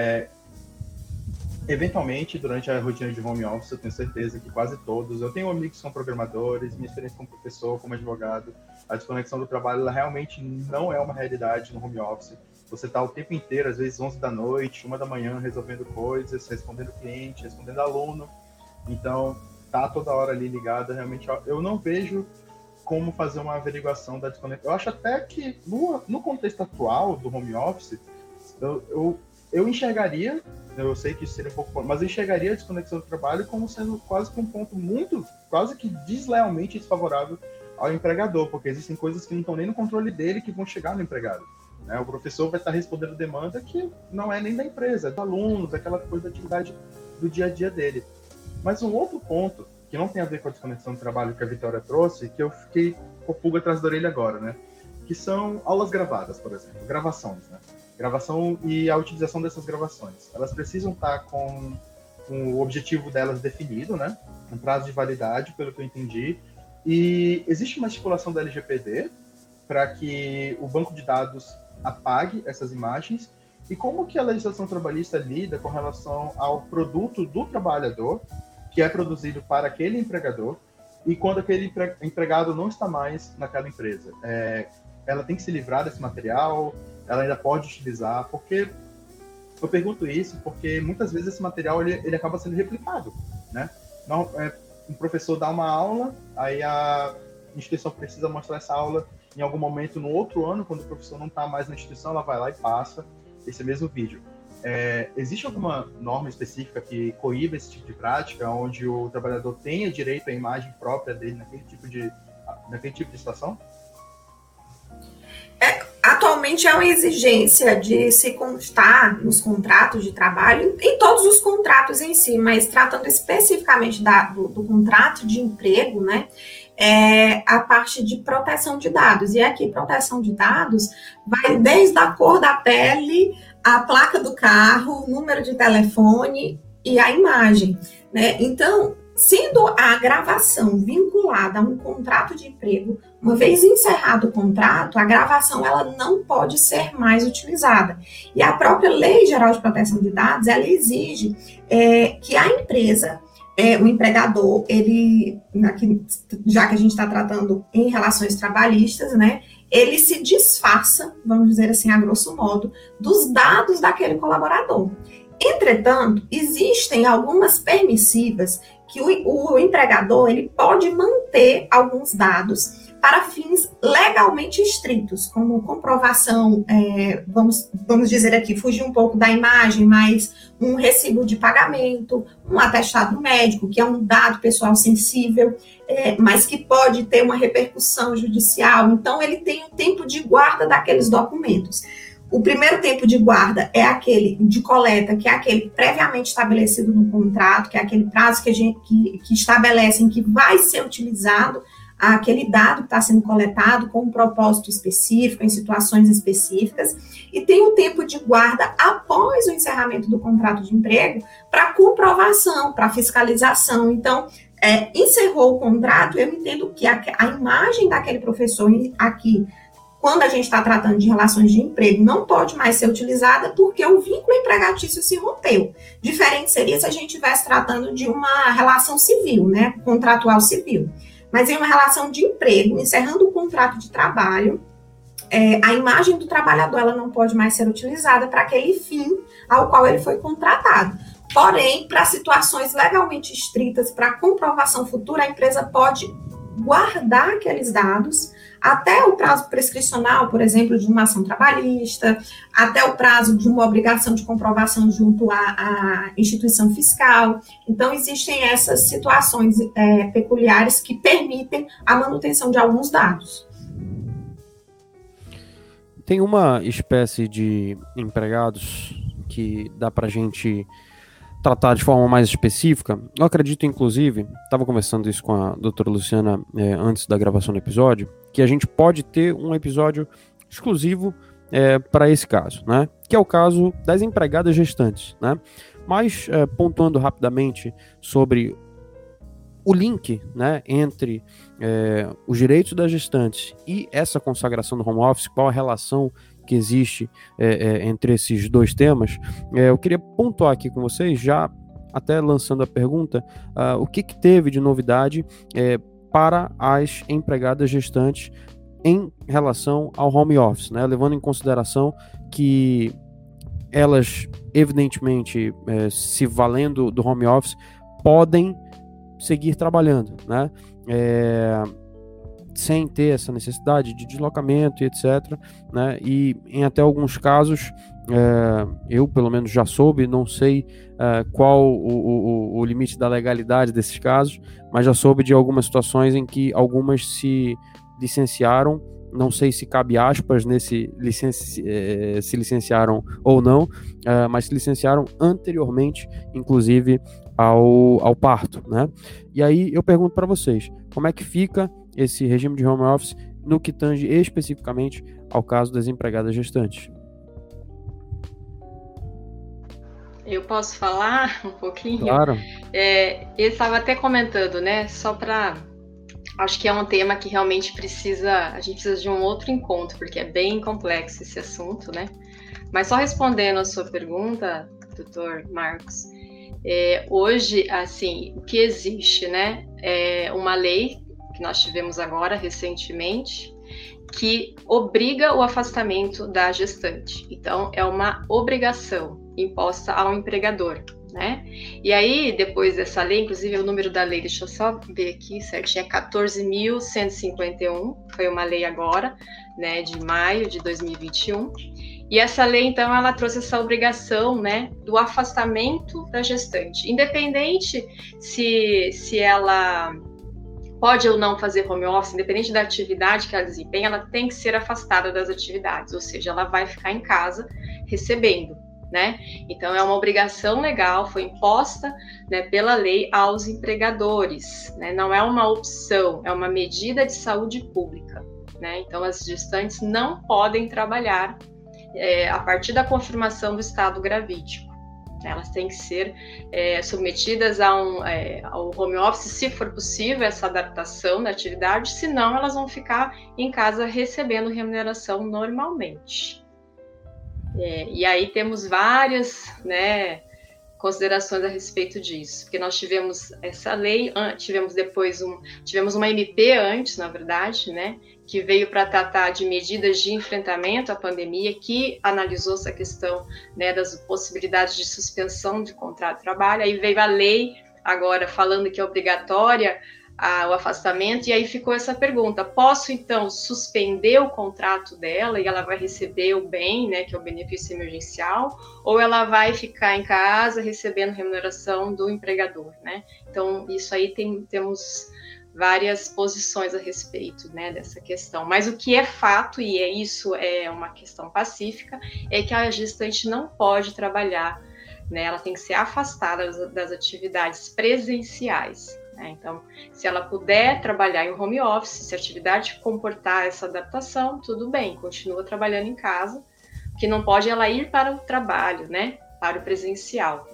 eventualmente, durante a rotina de home office, eu tenho certeza que quase todos, eu tenho amigos que são programadores, minha experiência como professor, como advogado, a desconexão do trabalho, ela realmente não é uma realidade no home office. Você está o tempo inteiro, às vezes 11 da noite, 1 da manhã, resolvendo coisas, respondendo cliente, respondendo aluno, então tá toda hora ali ligada, realmente eu não vejo como fazer uma averiguação da desconexão. Eu acho até que no contexto atual do home office, eu enxergaria, eu sei que isso seria um pouco, mas eu enxergaria a desconexão do trabalho como sendo quase que um ponto quase que deslealmente desfavorável ao empregador, porque existem coisas que não estão nem no controle dele que vão chegar no empregado. Né? O professor vai estar respondendo demanda que não é nem da empresa, é dos alunos, aquela coisa da atividade do dia a dia dele. Mas um outro ponto que não tem a ver com a desconexão do trabalho que a Vitória trouxe, que eu fiquei com a pulga atrás da orelha agora, né? Que são aulas gravadas, por exemplo, gravações, né? Gravação e a utilização dessas gravações. Elas precisam estar com o objetivo delas definido, né? Um prazo de validade, pelo que eu entendi. E existe uma estipulação da LGPD para que o banco de dados apague essas imagens. E como que a legislação trabalhista lida com relação ao produto do trabalhador que é produzido para aquele empregador e quando aquele empregado não está mais naquela empresa? Ela tem que se livrar desse material? Ela ainda pode utilizar? Porque Eu pergunto isso porque muitas vezes esse material ele acaba sendo replicado, né? Não, um professor dá uma aula, aí a instituição precisa mostrar essa aula em algum momento no outro ano, quando o professor não está mais na instituição, ela vai lá e passa esse mesmo vídeo. Existe alguma norma específica que coíba esse tipo de prática, onde o trabalhador tenha direito à imagem própria dele naquele tipo de situação? Atualmente é uma exigência de se constar nos contratos de trabalho, em todos os contratos em si, mas tratando especificamente do contrato de emprego, né? A parte de proteção de dados. E aqui, proteção de dados vai desde a cor da pele, a placa do carro, o número de telefone e a imagem, né? Então, sendo a gravação vinculada a um contrato de emprego, uma vez encerrado o contrato, a gravação ela não pode ser mais utilizada. E a própria Lei Geral de Proteção de Dados, ela exige que a empresa, o empregador, ele, já que a gente está tratando em relações trabalhistas, né, ele se disfarça, vamos dizer assim, a grosso modo, dos dados daquele colaborador. Entretanto, existem algumas permissivas que o empregador ele pode manter alguns dados para fins legalmente estritos, como comprovação, vamos dizer aqui, fugir um pouco da imagem, mas um recibo de pagamento, um atestado médico, que é um dado pessoal sensível, mas que pode ter uma repercussão judicial. Então, ele tem um tempo de guarda daqueles documentos. O primeiro tempo de guarda é aquele de coleta, que é aquele previamente estabelecido no contrato, que é aquele prazo que estabelecem que vai ser utilizado aquele dado que está sendo coletado com um propósito específico, em situações específicas, e tem o tempo de guarda após o encerramento do contrato de emprego para comprovação, para fiscalização. Então, encerrou o contrato, eu entendo que a imagem daquele professor aqui, quando a gente está tratando de relações de emprego, não pode mais ser utilizada porque o vínculo empregatício se rompeu. Diferente seria se a gente estivesse tratando de uma relação civil, né, contratual civil. Mas em uma relação de emprego, encerrando o contrato de trabalho, a imagem do trabalhador ela não pode mais ser utilizada para aquele fim ao qual ele foi contratado. Porém, para situações legalmente estritas, para comprovação futura, a empresa pode guardar aqueles dados até o prazo prescricional, por exemplo, de uma ação trabalhista, até o prazo de uma obrigação de comprovação junto à instituição fiscal. Então, existem essas situações peculiares que permitem a manutenção de alguns dados. Tem uma espécie de empregados que dá para a gente tratar de forma mais específica. Eu acredito, inclusive, estava conversando isso com a doutora Luciana antes da gravação do episódio, que a gente pode ter um episódio exclusivo para esse caso, né? Que é o caso das empregadas gestantes, né? Mas, pontuando rapidamente sobre o link, né, entre os direitos das gestantes e essa consagração do home office, qual a relação que existe entre esses dois temas, eu queria pontuar aqui com vocês, já até lançando a pergunta, o que teve de novidade para as empregadas gestantes em relação ao home office, né? Levando em consideração que elas, evidentemente, se valendo do home office, podem seguir trabalhando, né? Sem ter essa necessidade de deslocamento e etc, né? E em até alguns casos, eu pelo menos já soube, não sei qual o limite da legalidade desses casos, mas já soube de algumas situações em que algumas se licenciaram, não sei se cabe aspas nesse se licenciaram ou não, mas se licenciaram anteriormente, inclusive ao parto, né? E aí eu pergunto para vocês, como é que fica esse regime de home office no que tange especificamente ao caso das empregadas gestantes? Eu posso falar um pouquinho? Claro. Eu estava até comentando, né? Só para... Acho que é um tema que realmente a gente precisa de um outro encontro, porque é bem complexo esse assunto, né? Mas só respondendo a sua pergunta, doutor Marcos, hoje, assim, o que existe, né? É uma lei que nós tivemos agora, recentemente, que obriga o afastamento da gestante. Então, é uma obrigação. imposta ao empregador, né? E aí, depois dessa lei, inclusive o número da lei, deixa eu só ver aqui certinho, é 14.151, foi uma lei agora, né, de maio de 2021. E essa lei, então, ela trouxe essa obrigação, né, do afastamento da gestante, independente se ela pode ou não fazer home office, independente da atividade que ela desempenha, ela tem que ser afastada das atividades, ou seja, ela vai ficar em casa recebendo, né? Então, é uma obrigação legal, foi imposta, né, pela lei aos empregadores, né? Não é uma opção, é uma medida de saúde pública, né? Então, as gestantes não podem trabalhar a partir da confirmação do estado gravídico. Elas têm que ser submetidas ao home office, se for possível, essa adaptação da atividade, senão elas vão ficar em casa recebendo remuneração normalmente. E aí temos várias, né, considerações a respeito disso, porque nós tivemos essa lei, tivemos uma MP antes, na verdade, né, que veio para tratar de medidas de enfrentamento à pandemia, que analisou essa questão, né, das possibilidades de suspensão de contrato de trabalho. Aí veio a lei agora falando que é obrigatória o afastamento, e aí ficou essa pergunta: posso então suspender o contrato dela e ela vai receber o bem, né, que é o benefício emergencial, ou ela vai ficar em casa recebendo remuneração do empregador, né? Então isso aí temos várias posições a respeito, né, dessa questão. Mas o que é fato, e isso é uma questão pacífica, é que a gestante não pode trabalhar, né, ela tem que ser afastada das atividades presenciais. Então, se ela puder trabalhar em home office, se a atividade comportar essa adaptação, tudo bem, continua trabalhando em casa. O que não pode é ela ir para o trabalho, né, para o presencial.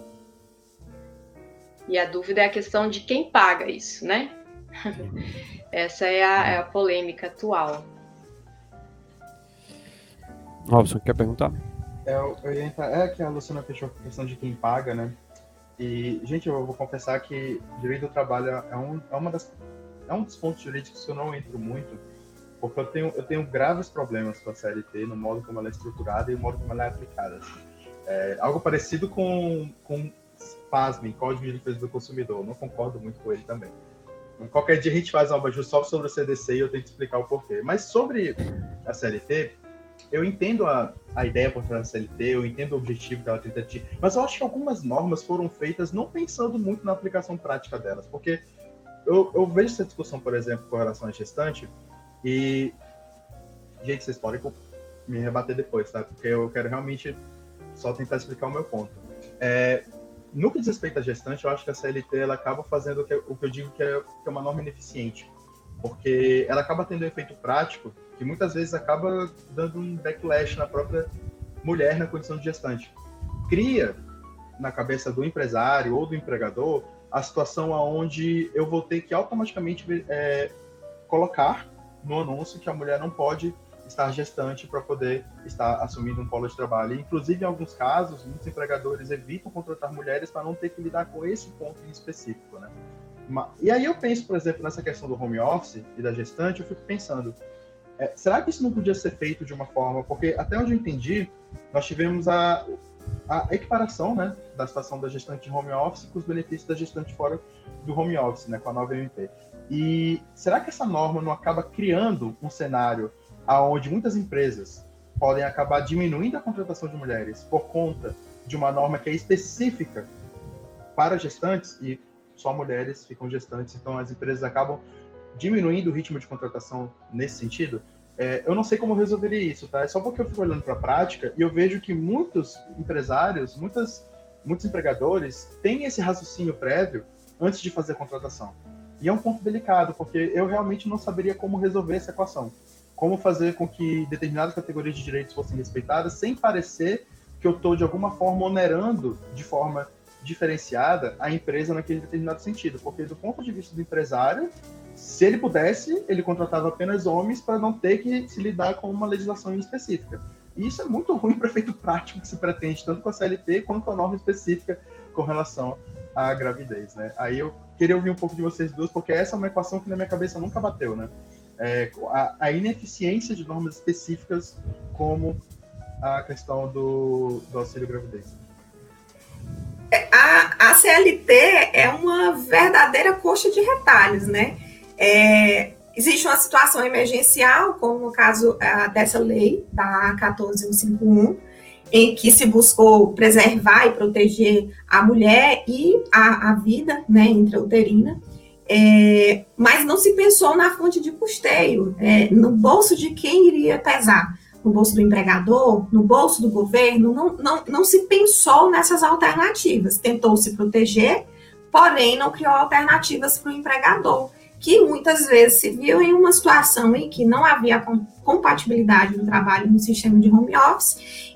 E a dúvida é a questão de quem paga isso, né? Essa é a polêmica atual. Robson, quer perguntar? Eu ia entrar, que a Luciana fechou a questão de quem paga, né? E, gente, eu vou confessar que direito do trabalho é um dos pontos jurídicos que eu não entro muito, porque eu tenho graves problemas com a CLT, no modo como ela é estruturada e no modo como ela é aplicada. Assim. Algo parecido com pasmem, Código de Defesa do Consumidor, não concordo muito com ele também. Qualquer dia a gente faz um abajur só sobre o CDC e eu tento explicar o porquê. Mas sobre a CLT, eu entendo a ideia por trás da CLT, eu entendo o objetivo que ela tenta atingir, mas eu acho que algumas normas foram feitas não pensando muito na aplicação prática delas, porque eu vejo essa discussão, por exemplo, com relação à gestante, e, gente, vocês podem me rebater depois, tá? Porque eu quero realmente só tentar explicar o meu ponto. No que diz respeito à gestante, eu acho que a CLT ela acaba fazendo o que eu digo que é uma norma ineficiente, porque ela acaba tendo um efeito prático que muitas vezes acaba dando um backlash na própria mulher na condição de gestante. Cria na cabeça do empresário ou do empregador a situação onde eu vou ter que automaticamente colocar no anúncio que a mulher não pode estar gestante para poder estar assumindo um polo de trabalho. E, inclusive, em alguns casos, muitos empregadores evitam contratar mulheres para não ter que lidar com esse ponto em específico, né? E aí eu penso, por exemplo, nessa questão do home office e da gestante, eu fico pensando, será que isso não podia ser feito de uma forma... Porque, até onde eu entendi, nós tivemos a equiparação, né, da situação da gestante de home office com os benefícios da gestante fora do home office, né, com a nova MP. E será que essa norma não acaba criando um cenário onde muitas empresas podem acabar diminuindo a contratação de mulheres por conta de uma norma que é específica para gestantes e só mulheres ficam gestantes, então as empresas acabam diminuindo o ritmo de contratação nesse sentido? Eu não sei como resolveria isso, tá? É só porque eu fico olhando para a prática e eu vejo que muitos empresários, muitos empregadores têm esse raciocínio prévio antes de fazer a contratação. E é um ponto delicado, porque eu realmente não saberia como resolver essa equação. Como fazer com que determinadas categorias de direitos fossem respeitadas sem parecer que eu estou, de alguma forma, onerando de forma diferenciada a empresa naquele determinado sentido. Porque, do ponto de vista do empresário, se ele pudesse, ele contratava apenas homens para não ter que se lidar com uma legislação específica. E isso é muito ruim para o efeito prático que se pretende, tanto com a CLT quanto com a norma específica com relação à gravidez, né? Aí eu queria ouvir um pouco de vocês duas, porque essa é uma equação que na minha cabeça nunca bateu, né? A ineficiência de normas específicas como a questão do auxílio gravidez. CLT é uma verdadeira coxa de retalhos, né? Existe uma situação emergencial, como no caso dessa lei, da 14151, em que se buscou preservar e proteger a mulher e a vida, né, intrauterina, mas não se pensou na fonte de custeio, no bolso de quem iria pesar, no bolso do empregador, no bolso do governo, não se pensou nessas alternativas, tentou se proteger, porém não criou alternativas para o empregador, que muitas vezes se viu em uma situação em que não havia compatibilidade do trabalho no sistema de home office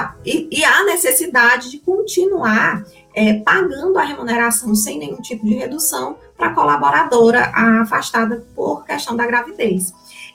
e há necessidade de continuar pagando a remuneração sem nenhum tipo de redução para a colaboradora afastada por questão da gravidez.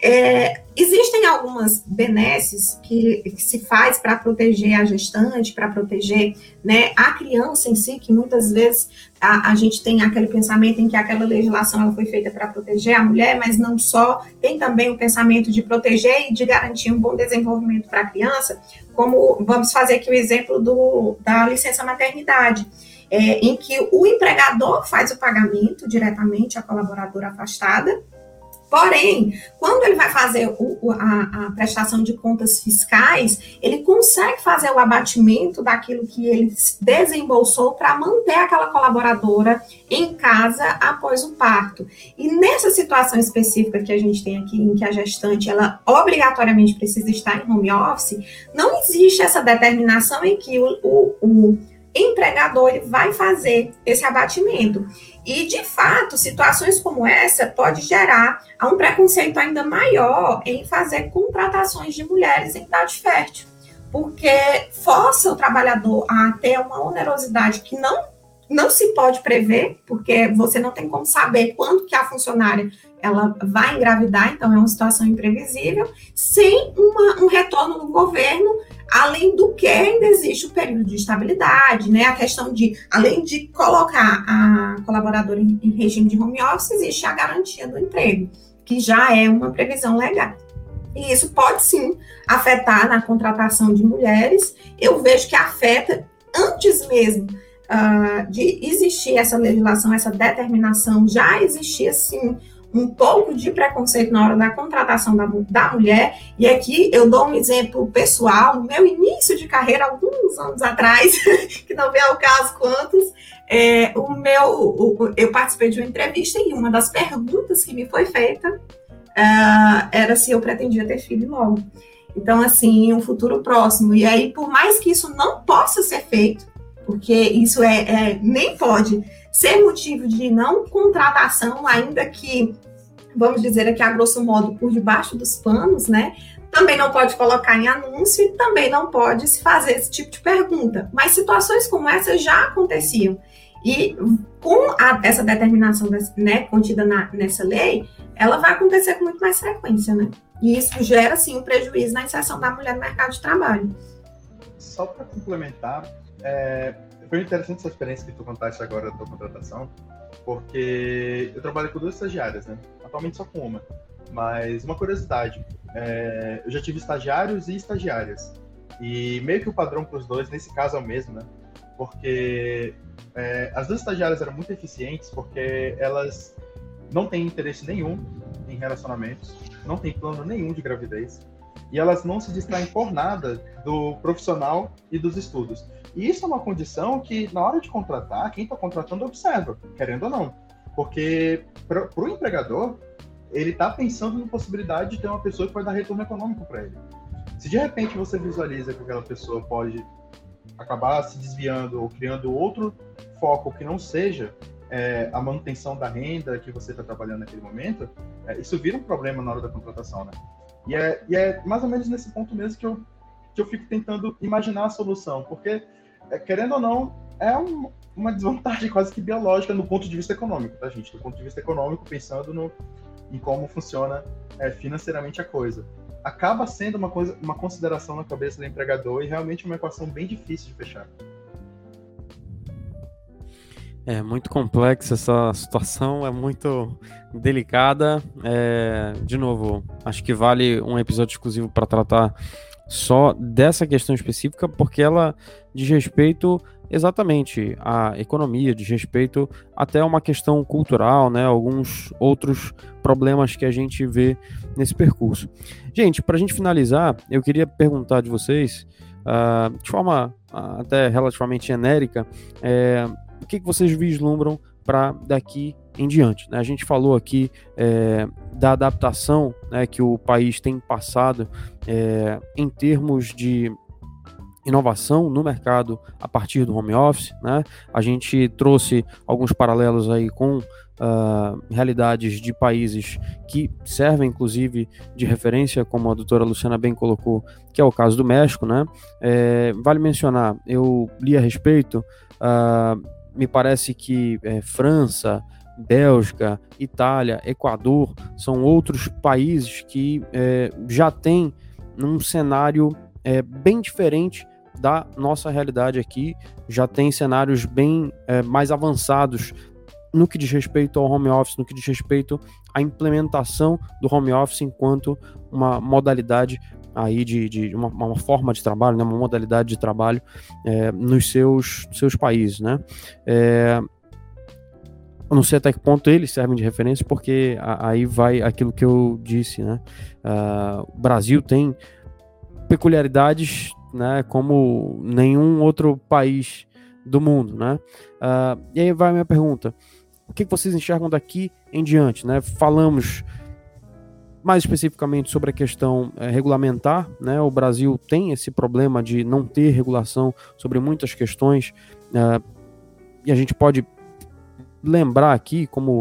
Existem algumas benesses que se faz para proteger a gestante, para proteger, né, a criança em si, que muitas vezes a gente tem aquele pensamento em que aquela legislação ela foi feita para proteger a mulher, mas não só, tem também o pensamento de proteger e de garantir um bom desenvolvimento para a criança, como vamos fazer aqui o exemplo da licença maternidade, em que o empregador faz o pagamento diretamente à colaboradora afastada. Porém, quando ele vai fazer a prestação de contas fiscais, ele consegue fazer o abatimento daquilo que ele desembolsou para manter aquela colaboradora em casa após o parto. E nessa situação específica que a gente tem aqui, em que a gestante ela obrigatoriamente precisa estar em home office, não existe essa determinação em que o empregador ele vai fazer esse abatimento. E, de fato, situações como essa pode gerar um preconceito ainda maior em fazer contratações de mulheres em idade fértil, porque força o trabalhador a ter uma onerosidade que não se pode prever, porque você não tem como saber quando que a funcionária ela vai engravidar, então é uma situação imprevisível, sem um retorno do governo. Além do que ainda existe o período de estabilidade, né? A questão de, além de colocar a colaboradora em regime de home office, existe a garantia do emprego, que já é uma previsão legal. E isso pode sim afetar na contratação de mulheres. Eu vejo que afeta antes mesmo de existir essa legislação, essa determinação, já existia sim um pouco de preconceito na hora da contratação da mulher, e aqui eu dou um exemplo pessoal. No meu início de carreira, alguns anos atrás, que não vem ao caso quantos, eu participei de uma entrevista e uma das perguntas que me foi feita era se eu pretendia ter filho logo. Então, assim, em um futuro próximo. E aí, por mais que isso não possa ser feito, porque isso nem pode ser motivo de não contratação, ainda que, vamos dizer aqui a grosso modo, por debaixo dos panos, né? Também não pode colocar em anúncio e também não pode se fazer esse tipo de pergunta. Mas situações como essa já aconteciam. E com essa determinação, né, contida nessa lei, ela vai acontecer com muito mais frequência, né? E isso gera, sim, um prejuízo na inserção da mulher no mercado de trabalho. Só para complementar, foi interessante essa experiência que tu contaste agora da tua contratação, porque eu trabalho com 2 estagiárias, né? Atualmente só com uma. Mas uma curiosidade, eu já tive estagiários e estagiárias. E meio que o padrão para os dois, nesse caso, é o mesmo, né? Porque as 2 estagiárias eram muito eficientes, porque elas não têm interesse nenhum em relacionamentos, não têm plano nenhum de gravidez, e elas não se distraem por nada do profissional e dos estudos. E isso é uma condição que, na hora de contratar, quem está contratando observa, querendo ou não. Porque, para o empregador, ele está pensando na possibilidade de ter uma pessoa que vai dar retorno econômico para ele. Se, de repente, você visualiza que aquela pessoa pode acabar se desviando ou criando outro foco que não seja a manutenção da renda que você está trabalhando naquele momento, isso vira um problema na hora da contratação, né? E é mais ou menos nesse ponto mesmo que eu fico tentando imaginar a solução, porque, querendo ou não, é uma desvantagem quase que biológica no ponto de vista econômico, tá, gente? Do ponto de vista econômico, pensando em como funciona financeiramente a coisa. Acaba sendo uma consideração na cabeça do empregador e realmente uma equação bem difícil de fechar. É muito complexa essa situação, é muito delicada. De novo, acho que vale um episódio exclusivo para tratar só dessa questão específica, porque ela diz respeito exatamente a economia, diz respeito até a uma questão cultural, né? Alguns outros problemas que a gente vê nesse percurso. Gente, para a gente finalizar, eu queria perguntar de vocês, de forma até relativamente genérica, o que vocês vislumbram para daqui em diante, né? A gente falou aqui da adaptação, né, que o país tem passado em termos de inovação no mercado a partir do home office, né? A gente trouxe alguns paralelos aí com realidades de países que servem, inclusive, de referência, como a doutora Luciana bem colocou, que é o caso do México, né? Vale mencionar, eu li a respeito, me parece que França, Bélgica, Itália, Equador são outros países que já têm um cenário bem diferente da nossa realidade aqui, já tem cenários bem mais avançados no que diz respeito ao home office, no que diz respeito à implementação do home office enquanto uma modalidade aí de uma forma de trabalho, né, uma modalidade de trabalho nos seus países, né? Eu não sei até que ponto eles servem de referência, porque aí vai aquilo que eu disse, né? O Brasil tem peculiaridades, né, como nenhum outro país do mundo, né? E aí vai a minha pergunta: o que vocês enxergam daqui em diante, né? Falamos mais especificamente sobre a questão regulamentar, né? O Brasil tem esse problema de não ter regulação sobre muitas questões, e a gente pode lembrar aqui como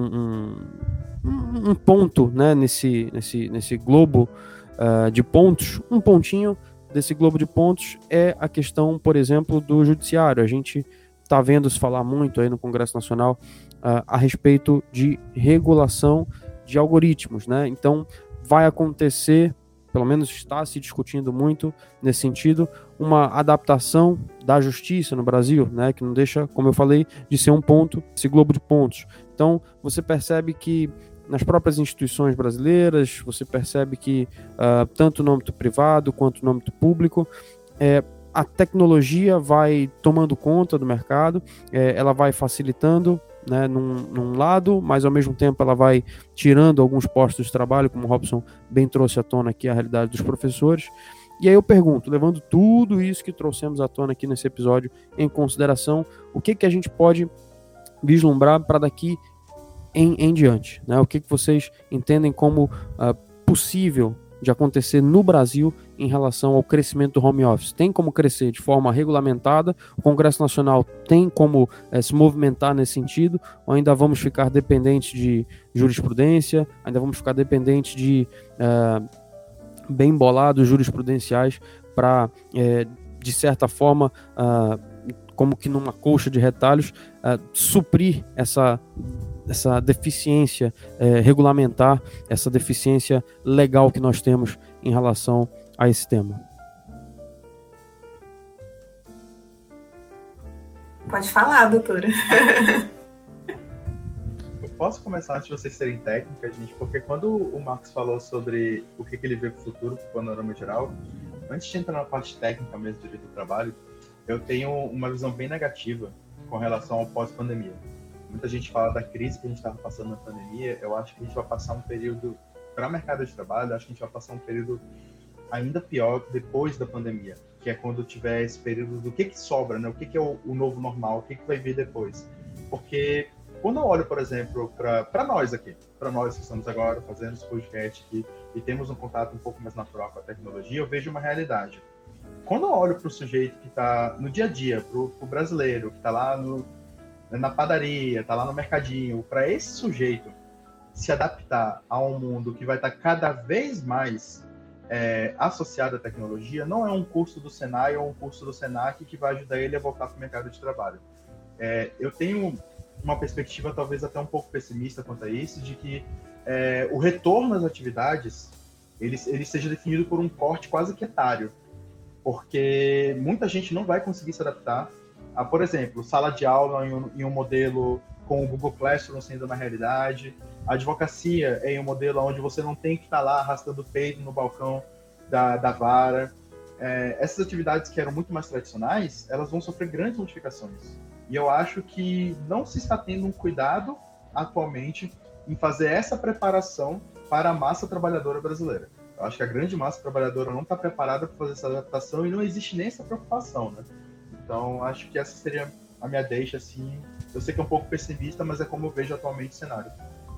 um ponto, né, nesse globo de pontos, um pontinho desse globo de pontos é a questão, por exemplo, do judiciário. A gente está vendo se falar muito aí no Congresso Nacional a respeito de regulação de algoritmos, né? Então vai acontecer, pelo menos está se discutindo muito nesse sentido, uma adaptação da justiça no Brasil, né? Que não deixa, como eu falei, de ser um ponto, esse globo de pontos. Então você percebe que nas próprias instituições brasileiras, você percebe que tanto no âmbito privado quanto no âmbito público, a tecnologia vai tomando conta do mercado, ela vai facilitando, né, num lado, mas ao mesmo tempo ela vai tirando alguns postos de trabalho, como o Robson bem trouxe à tona aqui a realidade dos professores. E aí eu pergunto, levando tudo isso que trouxemos à tona aqui nesse episódio em consideração, o que a gente pode vislumbrar para daqui em diante, né? O que vocês entendem como possível de acontecer no Brasil em relação ao crescimento do home office? Tem como crescer de forma regulamentada? O Congresso Nacional tem como se movimentar nesse sentido? Ou ainda vamos ficar dependentes de jurisprudência? Ainda vamos ficar dependentes de bem bolados jurisprudenciais para, de certa forma, como que numa colcha de retalhos, suprir essa deficiência regulamentar, essa deficiência legal que nós temos em relação a esse tema? Pode falar, doutora. Eu posso começar antes de vocês serem técnicas, gente, porque quando o Marcos falou sobre o que ele vê para o futuro, para o panorama geral, antes de entrar na parte técnica mesmo do direito do trabalho, eu tenho uma visão bem negativa com relação ao pós-pandemia. Muita gente fala da crise que a gente estava passando na pandemia. Eu acho que a gente vai passar um período, para o mercado de trabalho, eu acho que a gente vai passar um período ainda pior depois da pandemia, que é quando tiver esse período do que sobra, né? O que é o novo normal, o que vai vir depois. Porque quando eu olho, por exemplo, para nós aqui, para nós que estamos agora fazendo esse podcast aqui e temos um contato um pouco mais natural com a tecnologia, eu vejo uma realidade. Quando eu olho para o sujeito que está no dia a dia, para o brasileiro que está lá na padaria, tá lá no mercadinho, para esse sujeito se adaptar a um mundo que vai estar cada vez mais associado à tecnologia, não é um curso do Senai ou um curso do Senac que vai ajudar ele a voltar para o mercado de trabalho. Eu tenho uma perspectiva talvez até um pouco pessimista quanto a isso, de que o retorno às atividades ele seja definido por um corte quase que etário, porque muita gente não vai conseguir se adaptar a, por exemplo, sala de aula em um modelo com o Google Classroom sendo uma realidade, a advocacia em um modelo onde você não tem que estar lá arrastando o peito no balcão da vara, essas atividades que eram muito mais tradicionais, elas vão sofrer grandes modificações. E eu acho que não se está tendo um cuidado atualmente em fazer essa preparação para a massa trabalhadora brasileira. Eu acho que a grande massa trabalhadora não está preparada para fazer essa adaptação e não existe nem essa preocupação, né? Então, acho que essa seria a minha deixa, assim. Eu sei que é um pouco pessimista, mas é como eu vejo atualmente o cenário.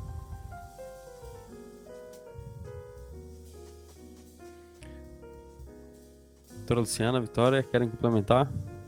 Doutora Luciana, Vitória, querem complementar?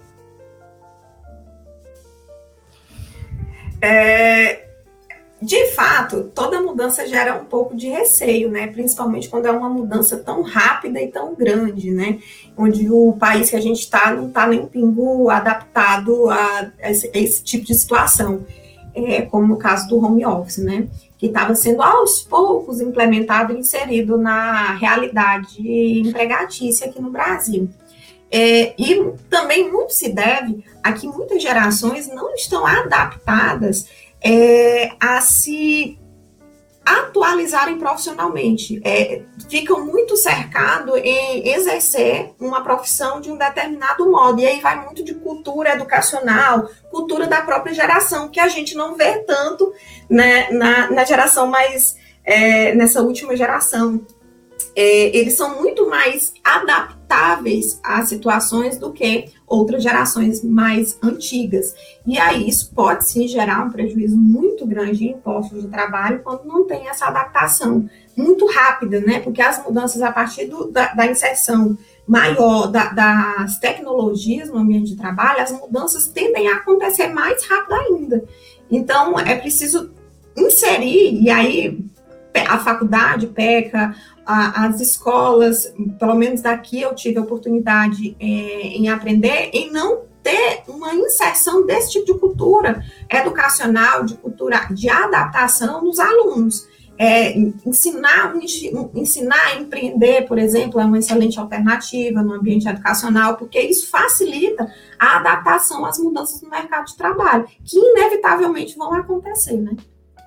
De fato, toda mudança gera um pouco de receio, né? Principalmente quando é uma mudança tão rápida e tão grande, né? Onde o país que a gente está não está nem um pingo adaptado a esse tipo de situação, como no caso do home office, né? Que estava sendo aos poucos implementado e inserido na realidade empregatícia aqui no Brasil. E também muito se deve a que muitas gerações não estão adaptadas a se atualizarem profissionalmente, ficam muito cercados em exercer uma profissão de um determinado modo, e aí vai muito de cultura educacional, cultura da própria geração, que a gente não vê tanto, né, na geração mais, nessa última geração. Eles são muito mais adaptáveis a situações do que outras gerações mais antigas. E aí isso pode sim gerar um prejuízo muito grande em postos de trabalho quando não tem essa adaptação muito rápida, né? Porque as mudanças a partir da inserção maior das tecnologias no ambiente de trabalho, as mudanças tendem a acontecer mais rápido ainda. Então, é preciso inserir, e aí a faculdade peca, as escolas, pelo menos daqui eu tive a oportunidade em aprender, em não ter uma inserção desse tipo de cultura educacional, de cultura de adaptação nos alunos. Ensinar a empreender, por exemplo, é uma excelente alternativa no ambiente educacional, porque isso facilita a adaptação às mudanças no mercado de trabalho, que inevitavelmente vão acontecer, né?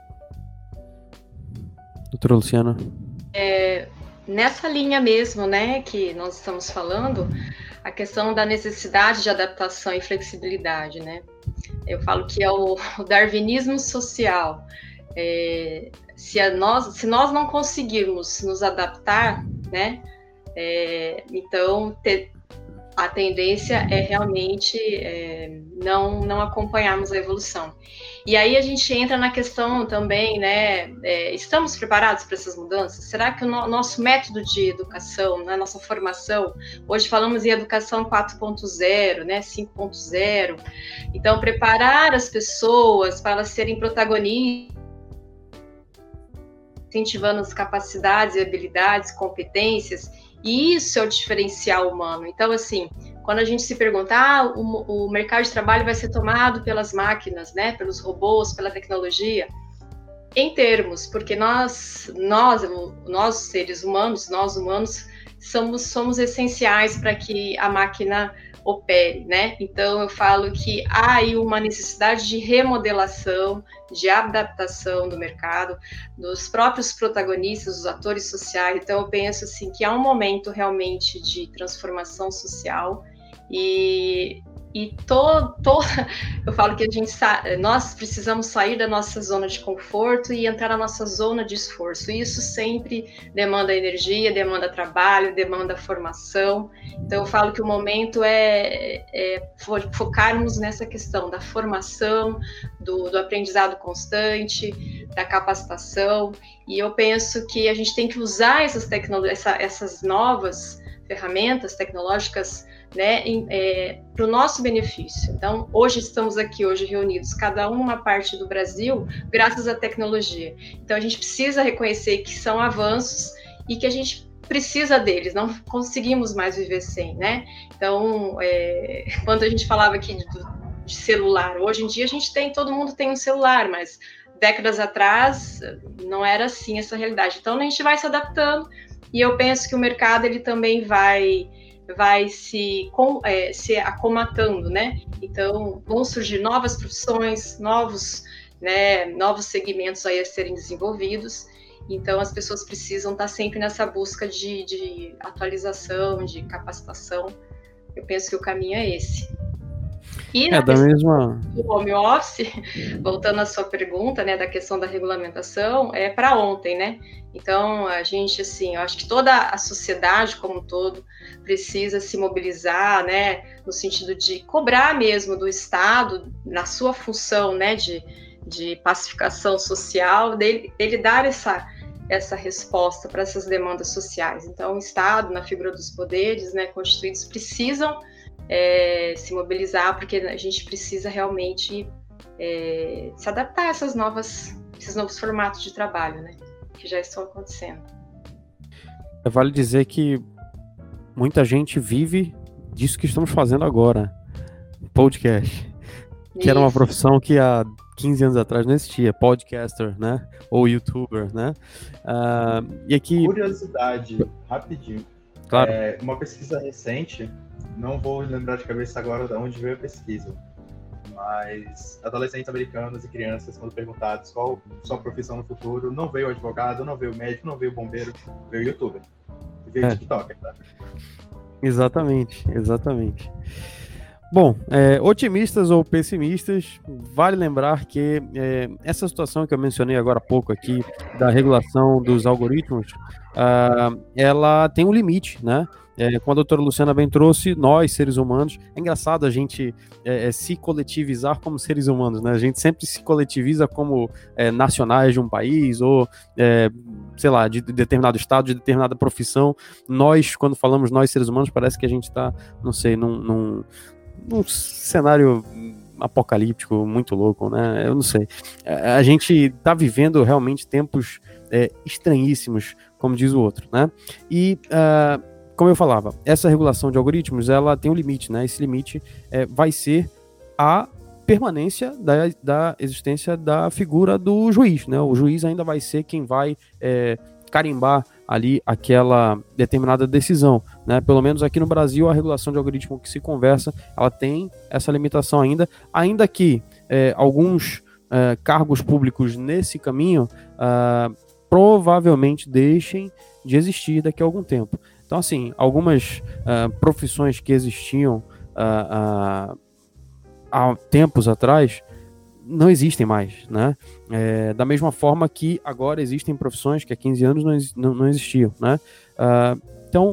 Doutora Luciana. Nessa linha mesmo, né, que nós estamos falando, a questão da necessidade de adaptação e flexibilidade, né? Eu falo que é o darwinismo social. Se nós não conseguirmos nos adaptar, né, então a tendência é realmente não acompanharmos a evolução. E aí a gente entra na questão também, né, estamos preparados para essas mudanças? Será que o nosso método de educação, né, nossa formação, hoje falamos em educação 4.0, né, 5.0, então preparar as pessoas para elas serem protagonistas, incentivando as capacidades e habilidades, competências, e isso é o diferencial humano. Então, assim, quando a gente se pergunta, o mercado de trabalho vai ser tomado pelas máquinas, né, pelos robôs, pela tecnologia, em termos, porque nós seres humanos, nós humanos, somos essenciais para que a máquina opere, né? Então, eu falo que há aí uma necessidade de remodelação, de adaptação do mercado, dos próprios protagonistas, dos atores sociais. Então, eu penso assim que há um momento realmente de transformação social eu falo que nós precisamos sair da nossa zona de conforto e entrar na nossa zona de esforço. Isso sempre demanda energia, demanda trabalho, demanda formação. Então, eu falo que o momento é focarmos nessa questão da formação, do aprendizado constante, da capacitação. E eu penso que a gente tem que usar essas novas ferramentas tecnológicas, né, para o nosso benefício. Então, hoje estamos aqui, reunidos, cada uma parte do Brasil, graças à tecnologia. Então, a gente precisa reconhecer que são avanços e que a gente precisa deles, não conseguimos mais viver sem, né? Então, quando a gente falava aqui de celular, hoje em dia todo mundo tem um celular, mas décadas atrás não era assim essa realidade. Então, a gente vai se adaptando e eu penso que o mercado ele também vai se acomatando, né? Então, vão surgir novas profissões, novos segmentos aí a serem desenvolvidos, Então, as pessoas precisam estar sempre nessa busca de atualização, de capacitação. Eu penso que o caminho é esse. E na questão do home office, voltando à sua pergunta, né, da questão da regulamentação, é para ontem, né? Então, a gente, assim, eu acho que toda a sociedade como um todo precisa se mobilizar, né, no sentido de cobrar mesmo do Estado, na sua função, né, de pacificação social, dele dar essa resposta para essas demandas sociais. Então, o Estado, na figura dos poderes, né, constituídos, precisam se mobilizar, porque a gente precisa realmente se adaptar a esses novos formatos de trabalho, né, que já estão acontecendo. Vale dizer que muita gente vive disso que estamos fazendo agora, podcast, que era uma profissão que há 15 anos atrás não existia, podcaster, né, ou youtuber, né, e aqui... Curiosidade, rapidinho. Claro. Uma pesquisa recente, não vou lembrar de cabeça agora de onde veio a pesquisa, mas adolescentes americanos e crianças, quando perguntados qual sua profissão no futuro, não veio advogado, não veio médico, não veio bombeiro, veio youtuber, veio TikToker, tá? Exatamente. Bom, otimistas ou pessimistas, vale lembrar que essa situação que eu mencionei agora há pouco aqui, da regulação dos algoritmos, ela tem um limite, né? Como a doutora Luciana bem trouxe, nós, seres humanos, é engraçado a gente se coletivizar como seres humanos, né? A gente sempre se coletiviza como nacionais de um país, ou, sei lá, de determinado estado, de determinada profissão. Nós, quando falamos nós, seres humanos, parece que a gente está, não sei, num cenário apocalíptico muito louco, né? Eu não sei. A gente está vivendo realmente tempos estranhíssimos, como diz o outro, né? E... como eu falava, essa regulação de algoritmos, ela tem um limite, né? Esse limite vai ser a permanência da existência da figura do juiz, né? O juiz ainda vai ser quem vai carimbar ali aquela determinada decisão, né? Pelo menos aqui no Brasil, a regulação de algoritmo que se conversa, ela tem essa limitação ainda que alguns cargos públicos nesse caminho provavelmente deixem de existir daqui a algum tempo. Então, assim, algumas profissões que existiam há tempos atrás não existem mais, né? Da mesma forma que agora existem profissões que há 15 anos não existiam, né? Então,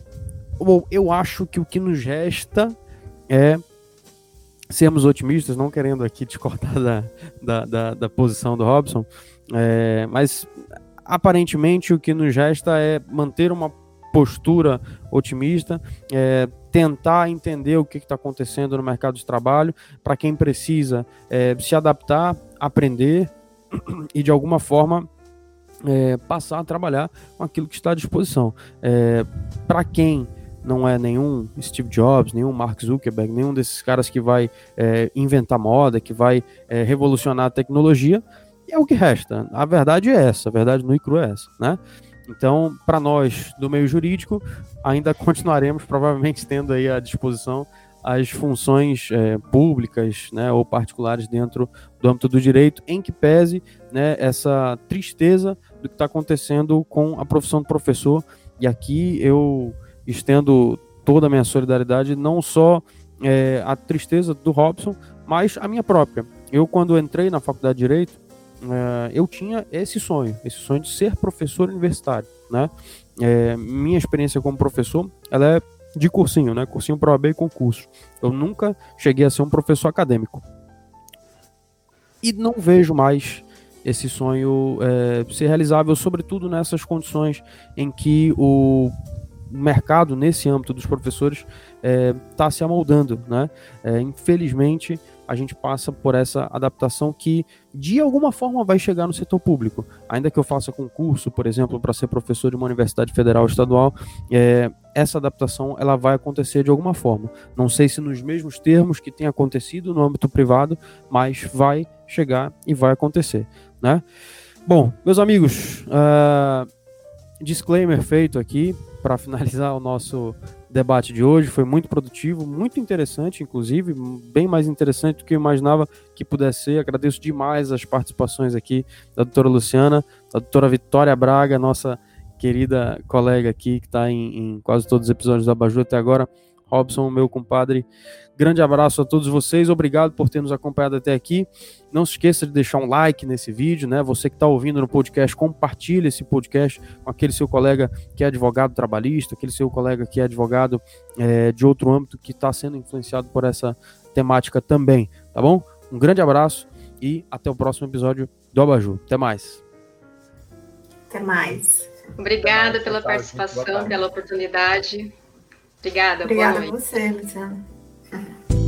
eu acho que o que nos resta é sermos otimistas, não querendo aqui discordar da posição do Robson, mas aparentemente o que nos resta é manter uma postura otimista, tentar entender o que está acontecendo no mercado de trabalho, para quem precisa se adaptar, aprender e de alguma forma passar a trabalhar com aquilo que está à disposição. Para quem não é nenhum Steve Jobs, nenhum Mark Zuckerberg, nenhum desses caras que vai inventar moda, que vai revolucionar a tecnologia, é o que resta. A verdade é essa, a verdade nua e crua é essa, né? Então, para nós do meio jurídico, ainda continuaremos provavelmente tendo aí à disposição as funções públicas, né, ou particulares dentro do âmbito do direito, em que pese, né, essa tristeza do que está acontecendo com a profissão do professor. E aqui eu estendo toda a minha solidariedade, não só a tristeza do Robson, mas a minha própria. Eu, quando entrei na faculdade de Direito, eu tinha esse sonho de ser professor universitário, né? Minha experiência como professor, ela é de cursinho, né? Cursinho para OAB e concurso. Eu nunca cheguei a ser um professor acadêmico. E não vejo mais esse sonho ser realizável, sobretudo nessas condições em que o mercado, nesse âmbito dos professores, está se amoldando, né? Infelizmente, a gente passa por essa adaptação que, de alguma forma, vai chegar no setor público. Ainda que eu faça concurso, por exemplo, para ser professor de uma universidade federal ou estadual, essa adaptação ela vai acontecer de alguma forma. Não sei se nos mesmos termos que tem acontecido no âmbito privado, mas vai chegar e vai acontecer, né? Bom, meus amigos, disclaimer feito aqui para finalizar o nosso debate de hoje. Foi muito produtivo, muito interessante, inclusive, bem mais interessante do que eu imaginava que pudesse ser. Agradeço demais as participações aqui da doutora Luciana, da doutora Vitória Braga, nossa querida colega aqui, que está em quase todos os episódios do Abajur até agora. Robson, meu compadre, grande abraço a todos vocês, obrigado por ter nos acompanhado até aqui. Não se esqueça de deixar um like nesse vídeo, né? Você que está ouvindo no podcast, compartilhe esse podcast com aquele seu colega que é advogado trabalhista, aquele seu colega que é advogado de outro âmbito que está sendo influenciado por essa temática também, tá bom? Um grande abraço e até o próximo episódio do Abajur. Até mais. Até mais. Obrigada pela participação, pela oportunidade. Obrigada, Obrigada boa noite. a você, Luciana.